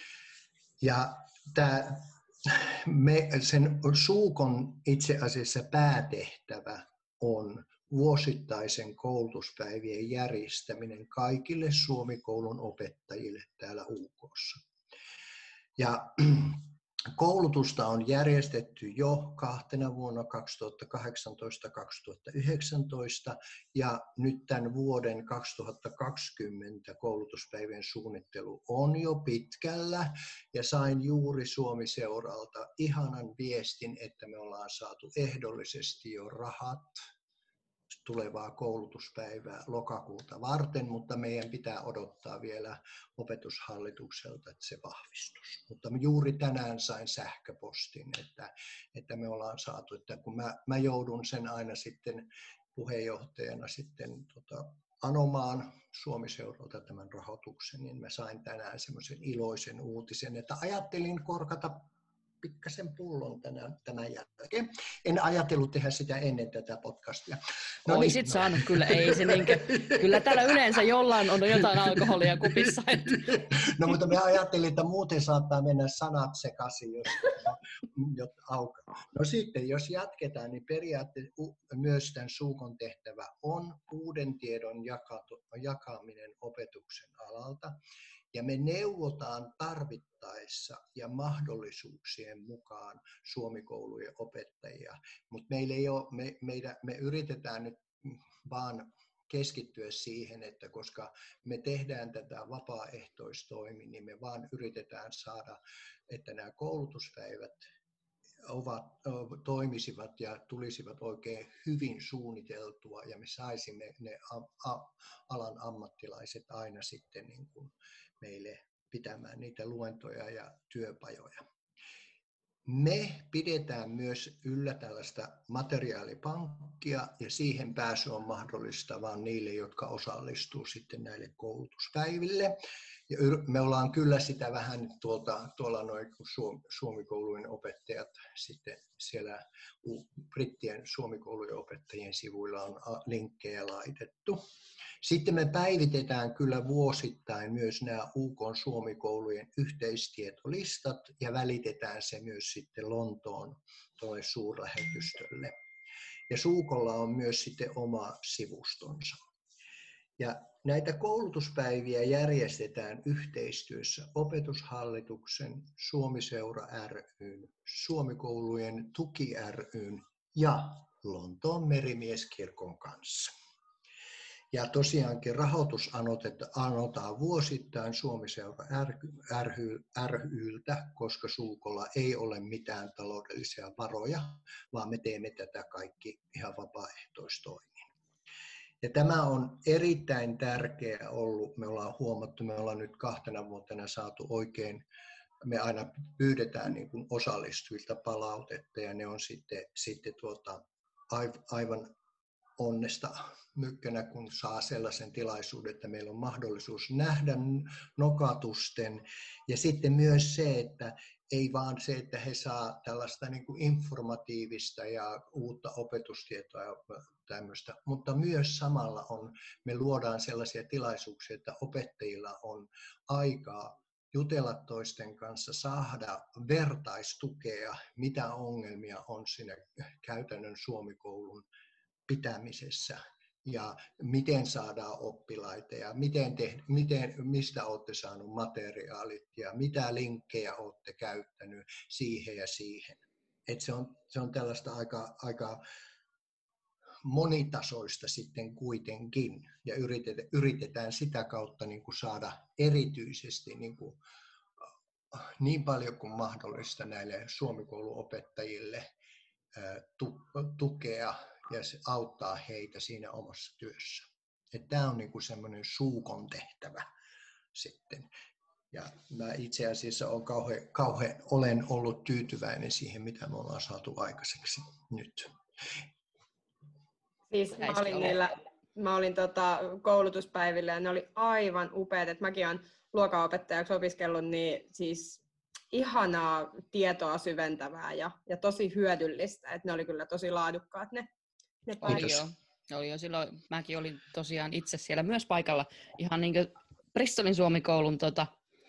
Ja tämä, me, sen Suukon itse asiassa päätehtävä on vuosittaisen koulutuspäivien järjestäminen kaikille suomikoulun opettajille täällä U K:ssa. Ja koulutusta on järjestetty jo kahtena vuonna kaksituhattakahdeksantoista kaksituhattayhdeksäntoista ja nyt tämän vuoden kaksituhattakaksikymmentä koulutuspäivien suunnittelu on jo pitkällä ja sain juuri Suomi-seuralta ihanan viestin, että me ollaan saatu ehdollisesti jo rahat tulevaa koulutuspäivää lokakuuta varten, mutta meidän pitää odottaa vielä opetushallitukselta, että se vahvistus. Mutta juuri tänään sain sähköpostin, että, että me ollaan saatu, että kun mä, mä joudun sen aina sitten puheenjohtajana sitten tota, anomaan Suomi-seuralta tämän rahoituksen, niin mä sain tänään semmoisen iloisen uutisen, että ajattelin korkata pikkasen pullon tänään, tämän jälkeen. En ajatellut tehdä sitä ennen tätä podcastia. No Oisit niin, saanut, no. Kyllä ei se niinkö. Kyllä täällä yleensä jollain on jotain alkoholia kupissa. No mutta me ajattelin, että muuten saattaa mennä sanat sekaisin, jos, jos aukaa. No sitten, jos jatketaan, niin periaatteessa myös tämän Suukon tehtävä on uuden tiedon jakatu, jakaminen opetuksen alalta. Ja me neuvotaan tarvittaessa ja mahdollisuuksien mukaan suomikoulujen opettajia, mutta meillä ei ole, me, meidän, me yritetään nyt vaan keskittyä siihen, että koska me tehdään tätä vapaaehtoistoimia, niin me vaan yritetään saada, että nämä koulutuspäivät ovat, toimisivat ja tulisivat oikein hyvin suunniteltua ja me saisimme ne a, a, alan ammattilaiset aina sitten niin kuin meille pitämään niitä luentoja ja työpajoja. Me pidetään myös yllä tällaista materiaalipankkia ja siihen pääsy on mahdollista vain niille, jotka osallistuu sitten näille koulutuspäiville. Ja me ollaan kyllä sitä vähän tuolta, tuolla noin suomikoulujen opettajat sitten siellä brittien suomikoulujen opettajien sivuilla on linkkejä laitettu. Sitten me päivitetään kyllä vuosittain myös nämä U K:n suomikoulujen yhteistietolistat ja välitetään se myös sitten Lontoon tuolle suurlähetystölle. Ja Suukolla on myös sitten oma sivustonsa. Ja näitä koulutuspäiviä järjestetään yhteistyössä Opetushallituksen, Suomi-seura ryn, Suomikoulujen tuki ryn ja Lontoon merimieskirkon kanssa. Ja tosiaankin rahoitus anotaan vuosittain Suomi-seura ryltä, koska Suukolla ei ole mitään taloudellisia varoja, vaan me teemme tätä kaikki ihan vapaaehtoistoimin. Ja tämä on erittäin tärkeää ollut. Me ollaan huomattu, me ollaan nyt kahtena vuotena saatu oikein, me aina pyydetään niin kuin osallistujilta palautetta ja ne on sitten, sitten tuota, aivan onnesta mykkänä, kun saa sellaisen tilaisuuden, että meillä on mahdollisuus nähdä nokatusten. Ja sitten myös se, että ei vaan se, että he saa tällaista niin kuin informatiivista ja uutta opetustietoa ja tämmöistä, mutta myös samalla on, me luodaan sellaisia tilaisuuksia, että opettajilla on aikaa jutella toisten kanssa, saada vertaistukea, mitä ongelmia on siinä käytännön suomikoulun pitämisessä ja miten saadaan oppilaita ja miten te, miten, mistä olette saaneet materiaalit ja mitä linkkejä olette käyttänyt siihen ja siihen. Et se, on, se on tällaista aika, aika monitasoista sitten kuitenkin ja yritetään, yritetään sitä kautta niin kuin saada erityisesti niin, kuin, niin paljon kuin mahdollista näille suomikouluopettajille tukea ja se auttaa heitä siinä omassa työssä. Tämä on niinku semmoinen Suukon tehtävä sitten. Ja mä itse asiassa olen kauhean, kauhean, olen ollut tyytyväinen siihen, mitä me ollaan saatu aikaiseksi nyt. Siis mä olin, niillä, mä olin tota koulutuspäivillä ja ne oli aivan upeat. Et mäkin olen luokanopettajaksi opiskellut, niin siis ihanaa tietoa syventävää ja, ja tosi hyödyllistä. Et ne oli kyllä tosi laadukkaat ne. Oli jo. Oli jo silloin, mäkin olin tosiaan itse siellä myös paikalla ihan niin kuin Bristolin suomikoulun tota,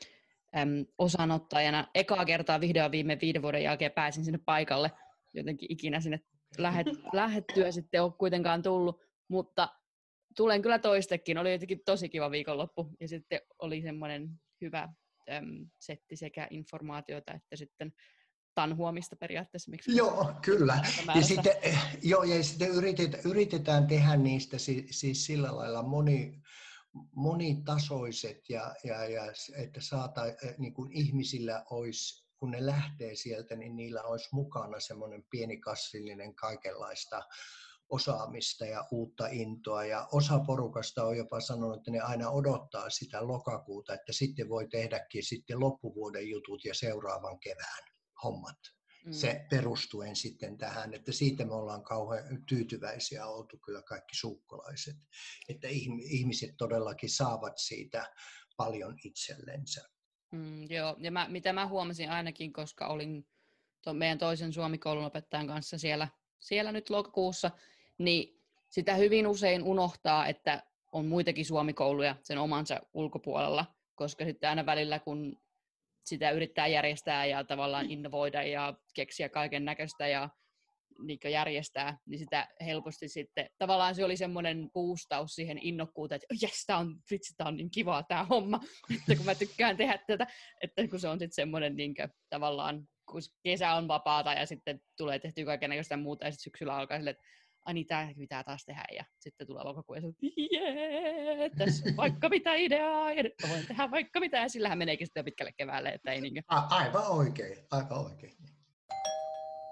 äm, osanottajana. Ekaa kertaa vihdoin viime viiden vuoden jälkeen pääsin sinne paikalle. Jotenkin ikinä sinne lähet, lähettyä sitten ole kuitenkaan tullut, mutta tulen kyllä toistekin. Oli jotenkin tosi kiva viikonloppu ja sitten oli semmoinen hyvä äm, setti sekä informaatiota että sitten tanhuomista periaatteessa. Miksi joo, kyllä. Ja sitten, joo, ja sitten yritetään, yritetään tehdä niistä siis, siis sillä lailla moni, monitasoiset, ja, ja, ja että saata, niin kuin ihmisillä olisi, kun ne lähtee sieltä, niin niillä olisi mukana semmoinen pieni kassillinen kaikenlaista osaamista ja uutta intoa. Ja osa porukasta on jopa sanonut, että ne aina odottaa sitä lokakuuta, että sitten voi tehdäkin sitten loppuvuoden jutut ja seuraavan kevään hommat. Mm. Se perustuen sitten tähän, että siitä me ollaan kauhean tyytyväisiä oltu kyllä kaikki suukkolaiset, että ihmiset todellakin saavat siitä paljon itsellensä. Mm, joo, ja mä, mitä mä huomasin ainakin, koska olin to, meidän toisen suomikoulun opettajan kanssa siellä, siellä nyt lokakuussa, niin sitä hyvin usein unohtaa, että on muitakin suomikouluja sen omansa ulkopuolella, koska sitten aina välillä, kun sitä yrittää järjestää ja tavallaan innovoida ja keksiä kaiken näköistä ja niin järjestää, niin sitä helposti sitten, tavallaan se oli semmoinen boostaus siihen innokkuuteen, että jes, tää on, vitsi, tää on niin kivaa tää homma, että kun mä tykkään tehdä tätä, että kun se on sitten semmoinen niin kuin, tavallaan, kun kesä on vapaata ja sitten tulee tehtyä kaiken näköistä muuta ja sitten syksyllä alkaa silleen, että ai niin, tää pitää taas tehdä ja sitten tulee lokakuu ja sitten jee, tässä on vaikka mitä ideaa ja nyt voin tehdä vaikka mitä ja sillähän meneekin sitten pitkälle keväälle, että ei niinkö. Aivan oikein, aivan oikein.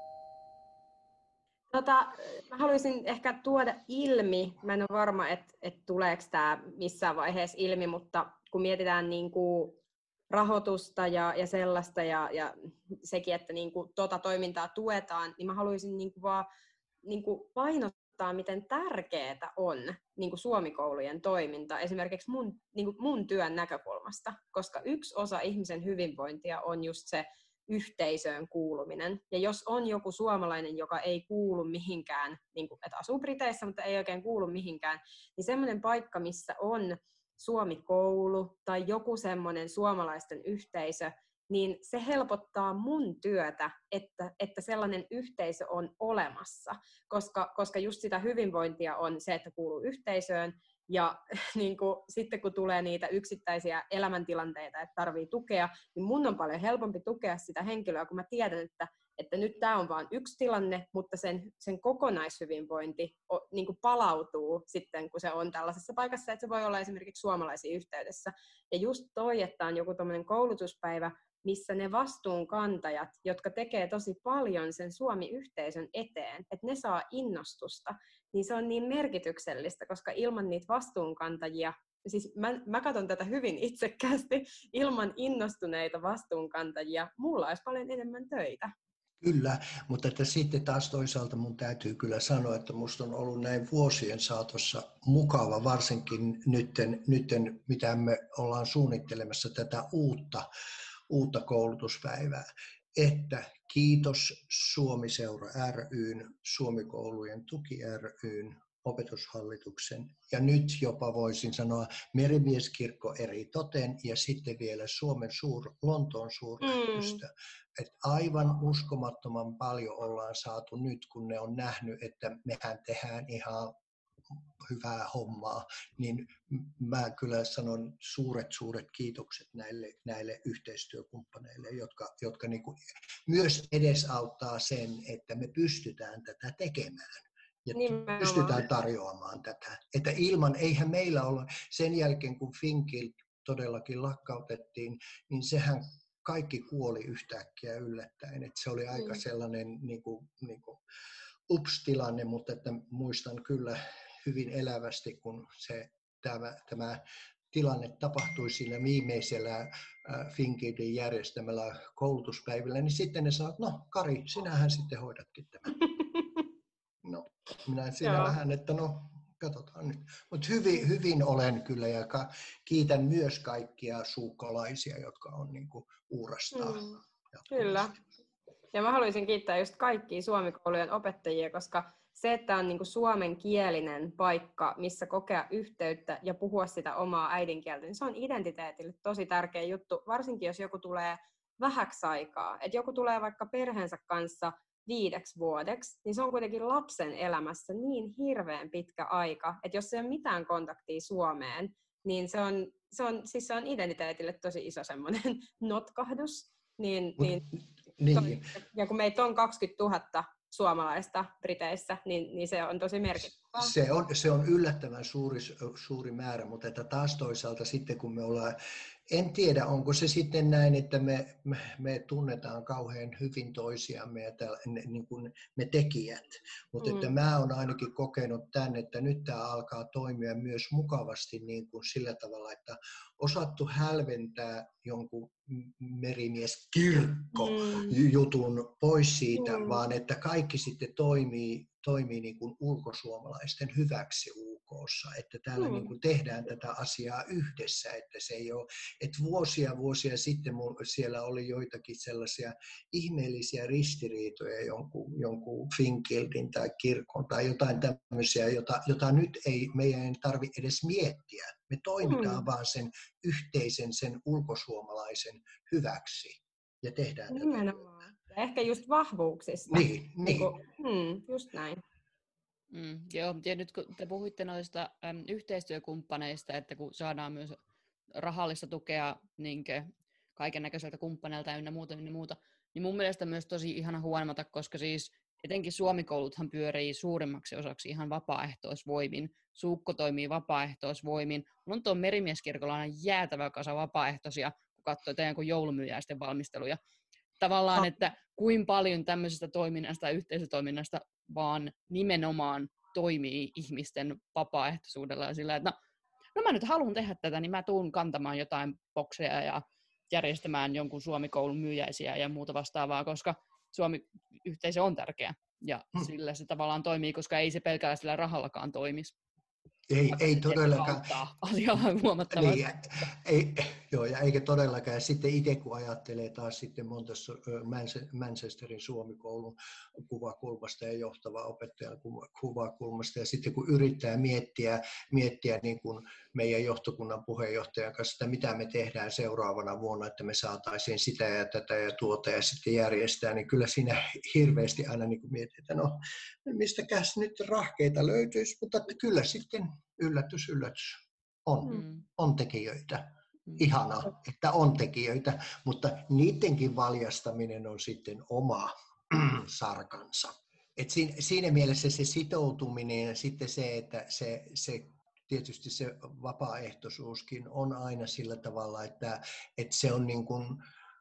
Tota, mä haluaisin ehkä tuoda ilmi, mä en ole varma, että et tuleeko tämä missään vaiheessa ilmi, mutta kun mietitään niin kuin rahoitusta ja, ja sellaista ja, ja sekin, että niin kuin tuota toimintaa tuetaan, niin mä haluaisin niin kuin vaan niin kuin painottaa, miten tärkeää on niin kuin Suomi-koulujen toiminta esimerkiksi mun, niin kuin mun työn näkökulmasta, koska yksi osa ihmisen hyvinvointia on just se yhteisöön kuuluminen. Ja jos on joku suomalainen, joka ei kuulu mihinkään, niin kuin, että asuu Briteissä, mutta ei oikein kuulu mihinkään, niin semmoinen paikka, missä on Suomi-koulu tai joku semmoinen suomalaisten yhteisö, niin se helpottaa mun työtä, että, että sellainen yhteisö on olemassa, koska, koska just sitä hyvinvointia on se, että kuuluu yhteisöön, ja niin kuin, sitten kun tulee niitä yksittäisiä elämäntilanteita, että tarvii tukea, niin mun on paljon helpompi tukea sitä henkilöä, kun mä tiedän, että, että nyt tämä on vain yksi tilanne, mutta sen, sen kokonaishyvinvointi o, niin kuin palautuu sitten, kun se on tällaisessa paikassa, että se voi olla esimerkiksi suomalaisia yhteydessä. Ja just toi, että on joku tommoinen koulutuspäivä, missä ne vastuunkantajat, jotka tekee tosi paljon sen Suomi-yhteisön eteen, että ne saa innostusta, niin se on niin merkityksellistä, koska ilman niitä vastuunkantajia, siis mä, mä katson tätä hyvin itsekkäästi, ilman innostuneita vastuunkantajia, mulla olisi paljon enemmän töitä. Kyllä, mutta että sitten taas toisaalta mun täytyy kyllä sanoa, että musta on ollut näin vuosien saatossa mukava, varsinkin nytten, nytten mitä me ollaan suunnittelemassa tätä uutta, uutta koulutuspäivää, että kiitos Suomi-seura ry:n, Suomi-koulujen tuki ry:n, opetushallituksen ja nyt jopa voisin sanoa Merimieskirkko eritoten ja sitten vielä Suomen suur, Lontoon suurlähetystö. Mm. Että aivan uskomattoman paljon ollaan saatu nyt, kun ne on nähnyt, että mehän tehdään ihan hyvää hommaa, niin mä kyllä sanon suuret, suuret kiitokset näille, näille yhteistyökumppaneille, jotka, jotka niin kuin myös edesauttaa sen, että me pystytään tätä tekemään. Ja nimenomaan pystytään tarjoamaan tätä. Että ilman, eihän meillä ole, sen jälkeen kun Finkild todellakin lakkautettiin, niin sehän kaikki kuoli yhtäkkiä yllättäen. Että se oli aika sellainen niin kuin, niin kuin ups-tilanne, mutta että muistan kyllä hyvin elävästi, kun se, tämä, tämä tilanne tapahtui siinä viimeisellä Finkildin järjestämällä koulutuspäivillä, niin sitten ne sanoivat, no Kari, sinähän sitten hoidatkin tämän. No, minä siinä Joo. vähän, että no, katsotaan nyt. Mutta hyvin, hyvin olen kyllä ja ka- kiitän myös kaikkia suukkolaisia, jotka on niinku uurastaa. Mm, kyllä. Ja mä haluaisin kiittää just kaikkia suomikoulujen opettajia, koska se, että on niinku suomenkielinen paikka, missä kokea yhteyttä ja puhua sitä omaa äidinkieltä, niin se on identiteetille tosi tärkeä juttu, varsinkin jos joku tulee vähäksi aikaa. Että joku tulee vaikka perheensä kanssa viideksi vuodeksi, niin se on kuitenkin lapsen elämässä niin hirveän pitkä aika, että jos ei ole mitään kontaktia Suomeen, niin se on, se on, siis se on identiteetille tosi iso semmoinen notkahdus. Niin, niin, niin. Ja kun meitä on kaksikymmentätuhatta suomalaista Briteissä, niin, niin se on tosi merkittävää. Se on, se on yllättävän suuri, suuri määrä, mutta että taas toisaalta sitten kun me ollaan, en tiedä onko se sitten näin, että me, me, me tunnetaan kauhean hyvin toisiamme ja täällä, niin kuin me tekijät, mutta mm. että mä oon ainakin kokenut tämän, että nyt tämä alkaa toimia myös mukavasti niin kuin sillä tavalla, että osattu hälventää jonkun merimieskirkko jutun pois siitä, mm. vaan että kaikki sitten toimii, toimii niin kuin ulkosuomalaisten hyväksi U K:ssa, että täällä mm. niin kuin tehdään tätä asiaa yhdessä, että se ei ole, että vuosia vuosia sitten siellä oli joitakin sellaisia ihmeellisiä ristiriitoja jonkun, jonkun Finkildin tai kirkon tai jotain tämmöisiä, jota, jota nyt ei meidän tarvitse edes miettiä. Me toimitaan mm. vaan sen yhteisen, sen ulkosuomalaisen hyväksi ja tehdään nimenomaan. Tätä. Ja ehkä just vahvuuksista. Niin, niin. Hmm, just näin. Mm, joo, ja nyt kun te puhuitte noista äm, yhteistyökumppaneista, että kun saadaan myös rahallista tukea niin kaiken näköiseltä kumppaneilta ynnä muuta, ynnä muuta, niin mun mielestä myös tosi ihana huomata, koska siis etenkin Suomi-kouluthan pyörii suurimmaksi osaksi ihan vapaaehtoisvoimin. Suukko toimii vapaaehtoisvoimin. Lontoon merimieskirkolla on jäätävä kasa vapaaehtoisia, kun katsoo teidän kuin joulumyyjäisten valmisteluja. Tavallaan, että kuinka paljon tämmöisestä toiminnasta ja yhteisötoiminnasta vaan nimenomaan toimii ihmisten vapaaehtoisuudella ja sillä, että no, no mä nyt haluan tehdä tätä, niin mä tuun kantamaan jotain bokseja ja järjestämään jonkun Suomi-koulun myyjäisiä ja muuta vastaavaa, koska Suomi-yhteisö on tärkeä ja hmm. sillä se tavallaan toimii, koska ei se pelkällä sillä rahallakaan toimisi. Ei, ei todellakaan. Asiaa huomattavasti. Niin, ei, joo, ja eikä todellakaan. Ja sitten itse kun ajattelee taas sitten Manchesterin Suomi-koulun kuvakulmasta ja johtava opettajan kuvakulmasta, ja sitten kun yrittää miettiä, miettiä niin kuin meidän johtokunnan puheenjohtajan kanssa, että mitä me tehdään seuraavana vuonna, että me saataisiin sitä ja tätä ja tuota ja sitten järjestää, niin kyllä siinä hirveästi aina niin kuin mietitään, että no mistäkäs nyt rahkeita löytyisi, mutta kyllä sitten yllätys, yllätys, on, mm. on tekijöitä. Mm. Ihanaa, että on tekijöitä, mutta niidenkin valjastaminen on sitten oma sarkansa. Et siinä, siinä mielessä se sitoutuminen ja sitten se, että se, se tietysti se vapaaehtoisuuskin on aina sillä tavalla, että, että se on niin kuin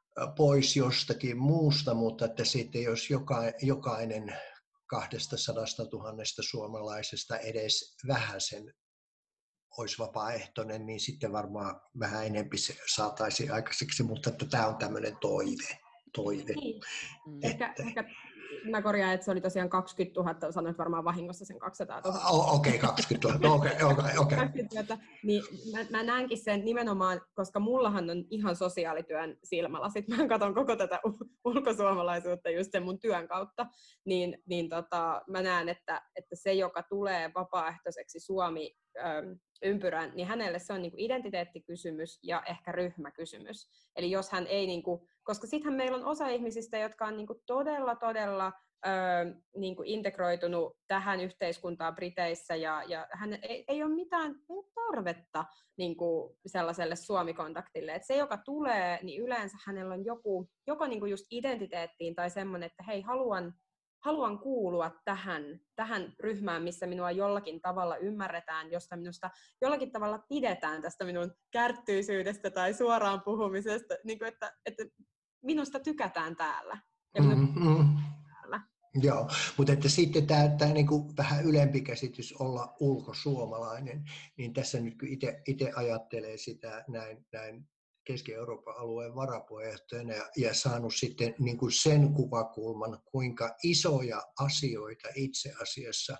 pois jostakin muusta, mutta että sitten jos joka, jokainen kahdestasadastatuhannesta suomalaisesta edes vähän sen olisi vapaaehtoinen, niin sitten varmaan vähän enemmän se saataisiin aikaiseksi, mutta että tämä on tämmöinen toive. toive. Niin. Ehkä, ehkä mä korjaan, että se oli tosiaan kaksikymmentätuhatta, sanoit varmaan vahingossa sen kaksisataatuhatta. Okei, okay, kaksikymmentätuhatta, okei, okei, okei. Niin mä, mä näenkin sen nimenomaan, koska mullahan on ihan sosiaalityön silmälasit, mä katson koko tätä ulkosuomalaisuutta just sen mun työn kautta, niin, niin tota, mä näen, että, että se, joka tulee vapaaehtoiseksi Suomi ympyrään, niin hänelle se on niin kuin identiteettikysymys ja ehkä ryhmäkysymys. Eli jos hän ei, niin kuin, koska sittenhän meillä on osa ihmisistä, jotka on niin kuin todella, todella ö, niin kuin integroitunut tähän yhteiskuntaan Briteissä, ja, ja hän ei, ei ole mitään ei ole tarvetta niin kuin sellaiselle Suomi-kontaktille. Et se, joka tulee, niin yleensä hänellä on joku, joko niin kuin just identiteettiin tai semmoinen, että hei, haluan haluan kuulua tähän, tähän ryhmään, missä minua jollakin tavalla ymmärretään, josta minusta jollakin tavalla pidetään tästä minun kärttyisyydestä tai suoraan puhumisesta, niin kuin että, että minusta tykätään täällä. Ja mm-hmm. täällä. Joo, mutta että sitten tämä, tämä niin kuin vähän ylempi käsitys olla ulkosuomalainen, niin tässä nyt kun itse ajattelee sitä näin, näin Keski-Euroopan alueen varapuheenjohtajana ja, ja saanut sitten niin kuin sen kuvakulman, kuinka isoja asioita itse asiassa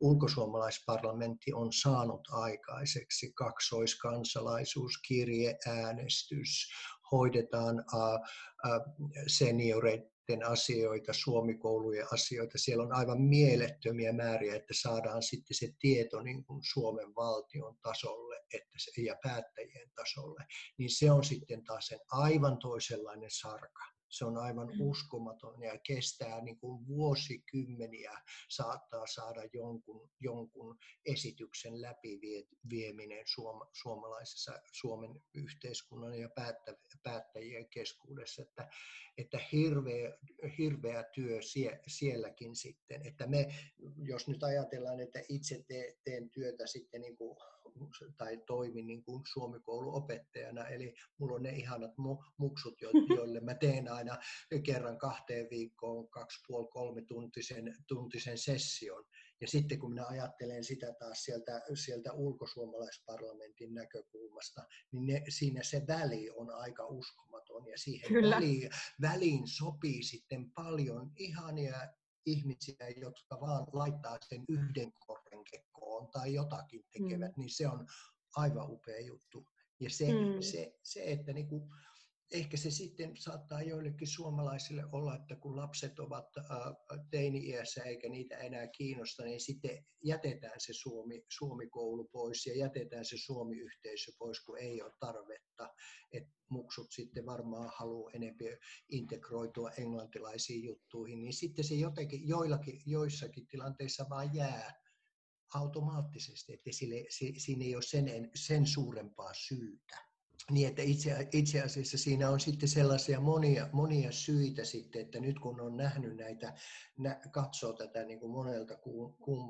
ulkosuomalaisparlamentti on saanut aikaiseksi. Kaksoiskansalaisuus, kirjeäänestys, hoidetaan äh, äh, senioreiden asioita, Suomi-koulujen asioita. Siellä on aivan mielettömiä määriä, että saadaan sitten se tieto niin kuin Suomen valtion tasolle että se, ja päättäjien tasolle. Niin se on sitten taas sen aivan toisenlainen sarka. Se on aivan uskomaton ja kestää niin kuin vuosikymmeniä saattaa saada jonkun, jonkun esityksen läpivieminen suom, suomalaisessa Suomen yhteiskunnan ja päättä, päättäjien keskuudessa. Että, että hirveä, hirveä työ sie, sielläkin sitten. Että me, jos nyt ajatellaan, että itse te, teen työtä sitten niin kuin, tai toimin niin kuin Suomi-kouluopettajana, eli mulla on ne ihanat muksut, joille mä teen aina kerran kahteen viikkoon kaksi puoli kolme tuntisen, tuntisen session. Ja sitten kun minä ajattelen sitä taas sieltä, sieltä ulkosuomalaisparlamentin näkökulmasta, niin ne, siinä se väli on aika uskomaton. Ja siihen väliin, väliin sopii sitten paljon ihania ihmisiä, jotka vaan laittaa sen yhden korren kekkoon tai jotakin tekevät, mm. niin se on aivan upea juttu. Ja se, mm. se, se että niinku, ehkä se sitten saattaa joillekin suomalaisille olla, että kun lapset ovat teini-iässä eikä niitä enää kiinnosta, niin sitten jätetään se Suomi, Suomi-koulu pois ja jätetään se Suomi-yhteisö pois, kun ei ole tarvetta. Et muksut sitten varmaan haluaa enemmän integroitua englantilaisiin juttuihin, niin sitten se jotenkin, joillakin, joissakin tilanteissa vaan jää automaattisesti, että sille, se, siinä ei ole sen, sen suurempaa syytä. Niin, että itse, itse asiassa siinä on sitten sellaisia monia, monia syitä sitten, että nyt kun on nähnyt näitä, nä, katsoo tätä niin kuin monelta kum, kum,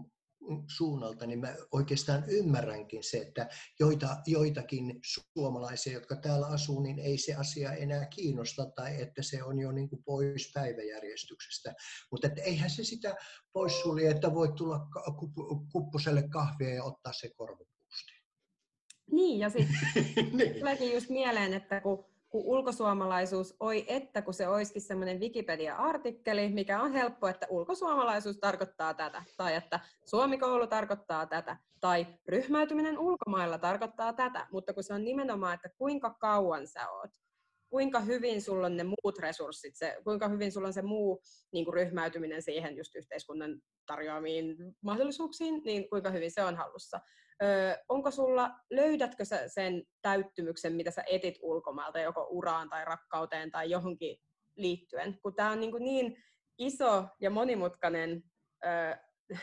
suunnalta, niin mä oikeastaan ymmärränkin se, että joita, joitakin suomalaisia, jotka täällä asuu, niin ei se asia enää kiinnosta tai että se on jo niin kuin pois päiväjärjestyksestä. Mutta että eihän se sitä poissulje, että voit tulla kuppuselle kahvia ja ottaa se korvapuusti. Niin, ja sitten niin. Tuleekin just mieleen, että kun kun ulkosuomalaisuus, oi että kun se olisikin semmoinen Wikipedia-artikkeli, mikä on helppo, että ulkosuomalaisuus tarkoittaa tätä, tai että suomikoulu tarkoittaa tätä, tai ryhmäytyminen ulkomailla tarkoittaa tätä, mutta kun se on nimenomaan, että kuinka kauan sä oot, kuinka hyvin sulla on ne muut resurssit, se, kuinka hyvin sulla on se muu niin kuin ryhmäytyminen siihen just yhteiskunnan tarjoamiin mahdollisuuksiin, niin kuinka hyvin se on hallussa. Öö, onko sulla, löydätkö sä sen täyttymyksen, mitä sä etit ulkomailta, joko uraan tai rakkauteen tai johonkin liittyen? Kun tää on niin, kuin niin iso ja monimutkainen öö,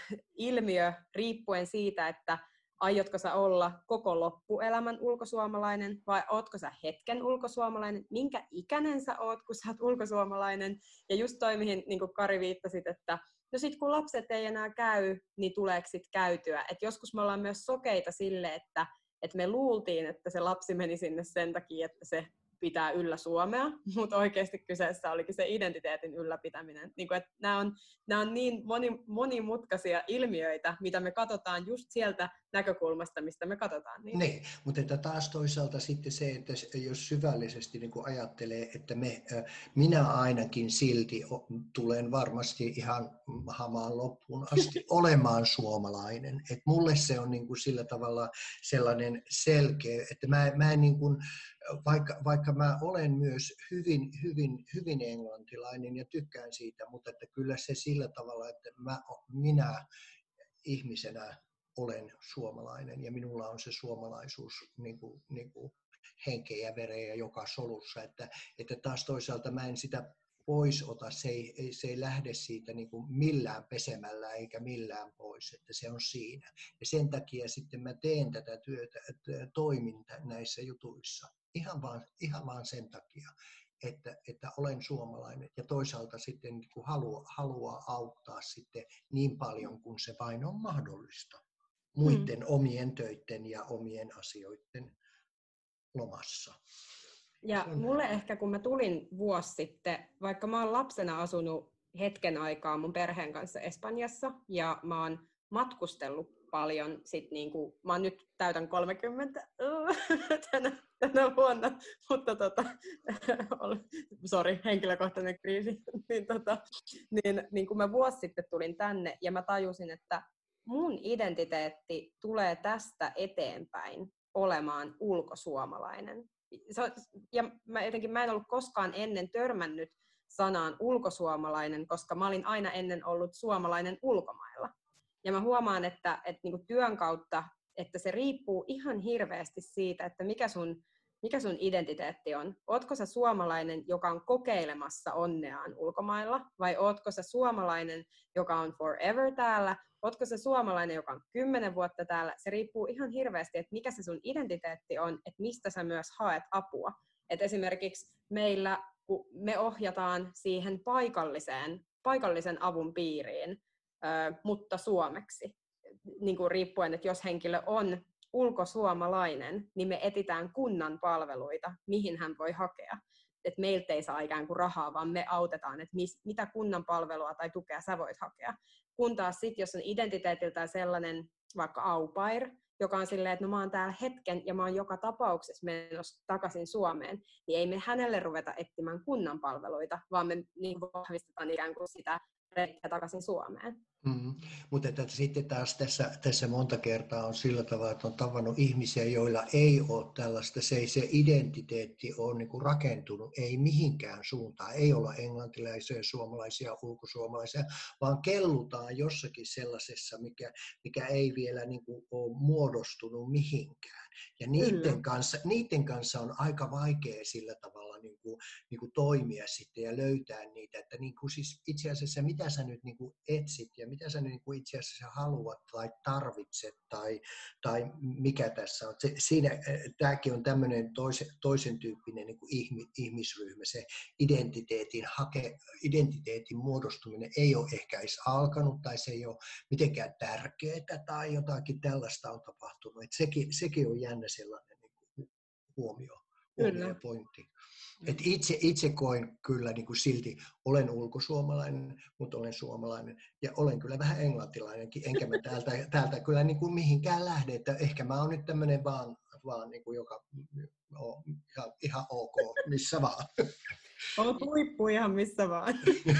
ilmiö riippuen siitä, että aiotko sä olla koko loppuelämän ulkosuomalainen vai ootko sä hetken ulkosuomalainen? Minkä ikäinen sä oot, kun sä oot ulkosuomalainen? Ja just toi, mihin niin kuin Kari viittasit, että no sit kun lapset ei enää käy, niin tuleeko sit käytyä? Et joskus me ollaan myös sokeita sille, että, että me luultiin, että se lapsi meni sinne sen takia, että se pitää yllä Suomea, mutta oikeasti kyseessä olikin se identiteetin ylläpitäminen. Niin kuin, että nämä, on, nämä on niin moni, monimutkaisia ilmiöitä, mitä me katsotaan just sieltä näkökulmasta, mistä me katsotaan niitä. Niin, mutta että taas toisaalta sitten se, että jos syvällisesti niin kuin ajattelee, että me, minä ainakin silti tulen varmasti ihan hamaan loppuun asti olemaan suomalainen. Että mulle se on niin kuin sillä tavalla sellainen selkeä, että mä, mä en niin kuin, Vaikka, vaikka mä olen myös hyvin, hyvin, hyvin englantilainen ja tykkään siitä, mutta että kyllä se sillä tavalla, että mä, minä ihmisenä olen suomalainen ja minulla on se suomalaisuus niin kuin, niin kuin henkeä ja vereä joka solussa, että, että taas toisaalta mä en sitä pois ota, se ei, se ei lähde siitä niin kuin millään pesemällä eikä millään pois, että se on siinä. Ja sen takia sitten mä teen tätä työtä, toimin näissä jutuissa. Ihan vaan, ihan vaan sen takia, että, että olen suomalainen ja toisaalta sitten niin kuin haluaa, haluaa auttaa sitten niin paljon kuin se vain on mahdollista muiden mm. omien töiden ja omien asioiden lomassa. Ja mulle ehkä kun mä tulin vuosi sitten, vaikka mä oon lapsena asunut hetken aikaa mun perheen kanssa Espanjassa ja mä oon matkustellut paljon, sit niinku, mä oon nyt täytän kolmekymmentä tänä, tänä vuonna, mutta tota, sori, henkilökohtainen kriisi, niin, tota, niin, niin kun mä vuosi sitten tulin tänne ja mä tajusin, että mun identiteetti tulee tästä eteenpäin olemaan ulkosuomalainen. Ja mä jotenkin mä en ollut koskaan ennen törmännyt sanaan ulkosuomalainen, koska mä olin aina ennen ollut suomalainen ulkomailla. Ja mä huomaan, että, että niin kuin työn kautta, että se riippuu ihan hirveästi siitä, että mikä sun, mikä sun identiteetti on. Ootko sä suomalainen, joka on kokeilemassa onneaan ulkomailla, vai ootko sä suomalainen, joka on forever täällä? Ootko sä suomalainen, joka on kymmenen vuotta täällä? Se riippuu ihan hirveästi, että mikä se sun identiteetti on, että mistä sä myös haet apua. Et esimerkiksi meillä, kun me ohjataan siihen paikalliseen, paikallisen avun piiriin, mutta suomeksi, niin kuin riippuen, että jos henkilö on ulkosuomalainen, niin me etsitään kunnan palveluita, mihin hän voi hakea. Että meiltä ei saa ikään kuin rahaa, vaan me autetaan, että mis, mitä kunnan palvelua tai tukea sä voit hakea. Kun taas sitten, jos on identiteetiltään sellainen vaikka au pair, joka on silleen, että no mä oon täällä hetken ja mä oon joka tapauksessa menossa takaisin Suomeen, niin ei me hänelle ruveta etsimään kunnan palveluita, vaan me niin kuin vahvistetaan ikään kuin sitä reittiä takaisin Suomeen. Mm, mutta että sitten taas tässä, tässä monta kertaa on sillä tavalla, että on tavannut ihmisiä, joilla ei ole tällaista, se, se identiteetti on niin kuin rakentunut, ei mihinkään suuntaan, ei olla englantilaisia, suomalaisia, ulkosuomalaisia, vaan kellutaan jossakin sellaisessa, mikä, mikä ei vielä niin kuin ole muodostunut mihinkään. Ja niiden kanssa, niiden kanssa on aika vaikea sillä tavalla tavalla niin kuin, niin kuin toimia sitten ja löytää niitä, että niin kuin siis itse asiassa mitä sä nyt niin kuin etsit ja mitä sä nyt niin kuin itse asiassa haluat tai tarvitset tai, tai mikä tässä on. Se, siinä, tämäkin on tämmöinen toisen, toisen tyyppinen niin kuin ihmisryhmä, se identiteetin, hake, identiteetin muodostuminen ei ole ehkä edes alkanut tai se ei ole mitenkään tärkeää tai jotakin tällaista on tapahtunut. Et sekin, sekin on jännä sellainen niin kuin huomio, huomio ja pointti. Et itse, itse koen kyllä niin kuin silti, olen ulkosuomalainen, mutta olen suomalainen ja olen kyllä vähän englantilainenkin, enkä mä täältä, täältä kyllä niin kuin mihinkään lähde, että ehkä mä oon nyt tämmöinen vaan, vaan niin kuin joka on ihan, ihan ok, missä vaan. Olet huippu ihan missä vaan.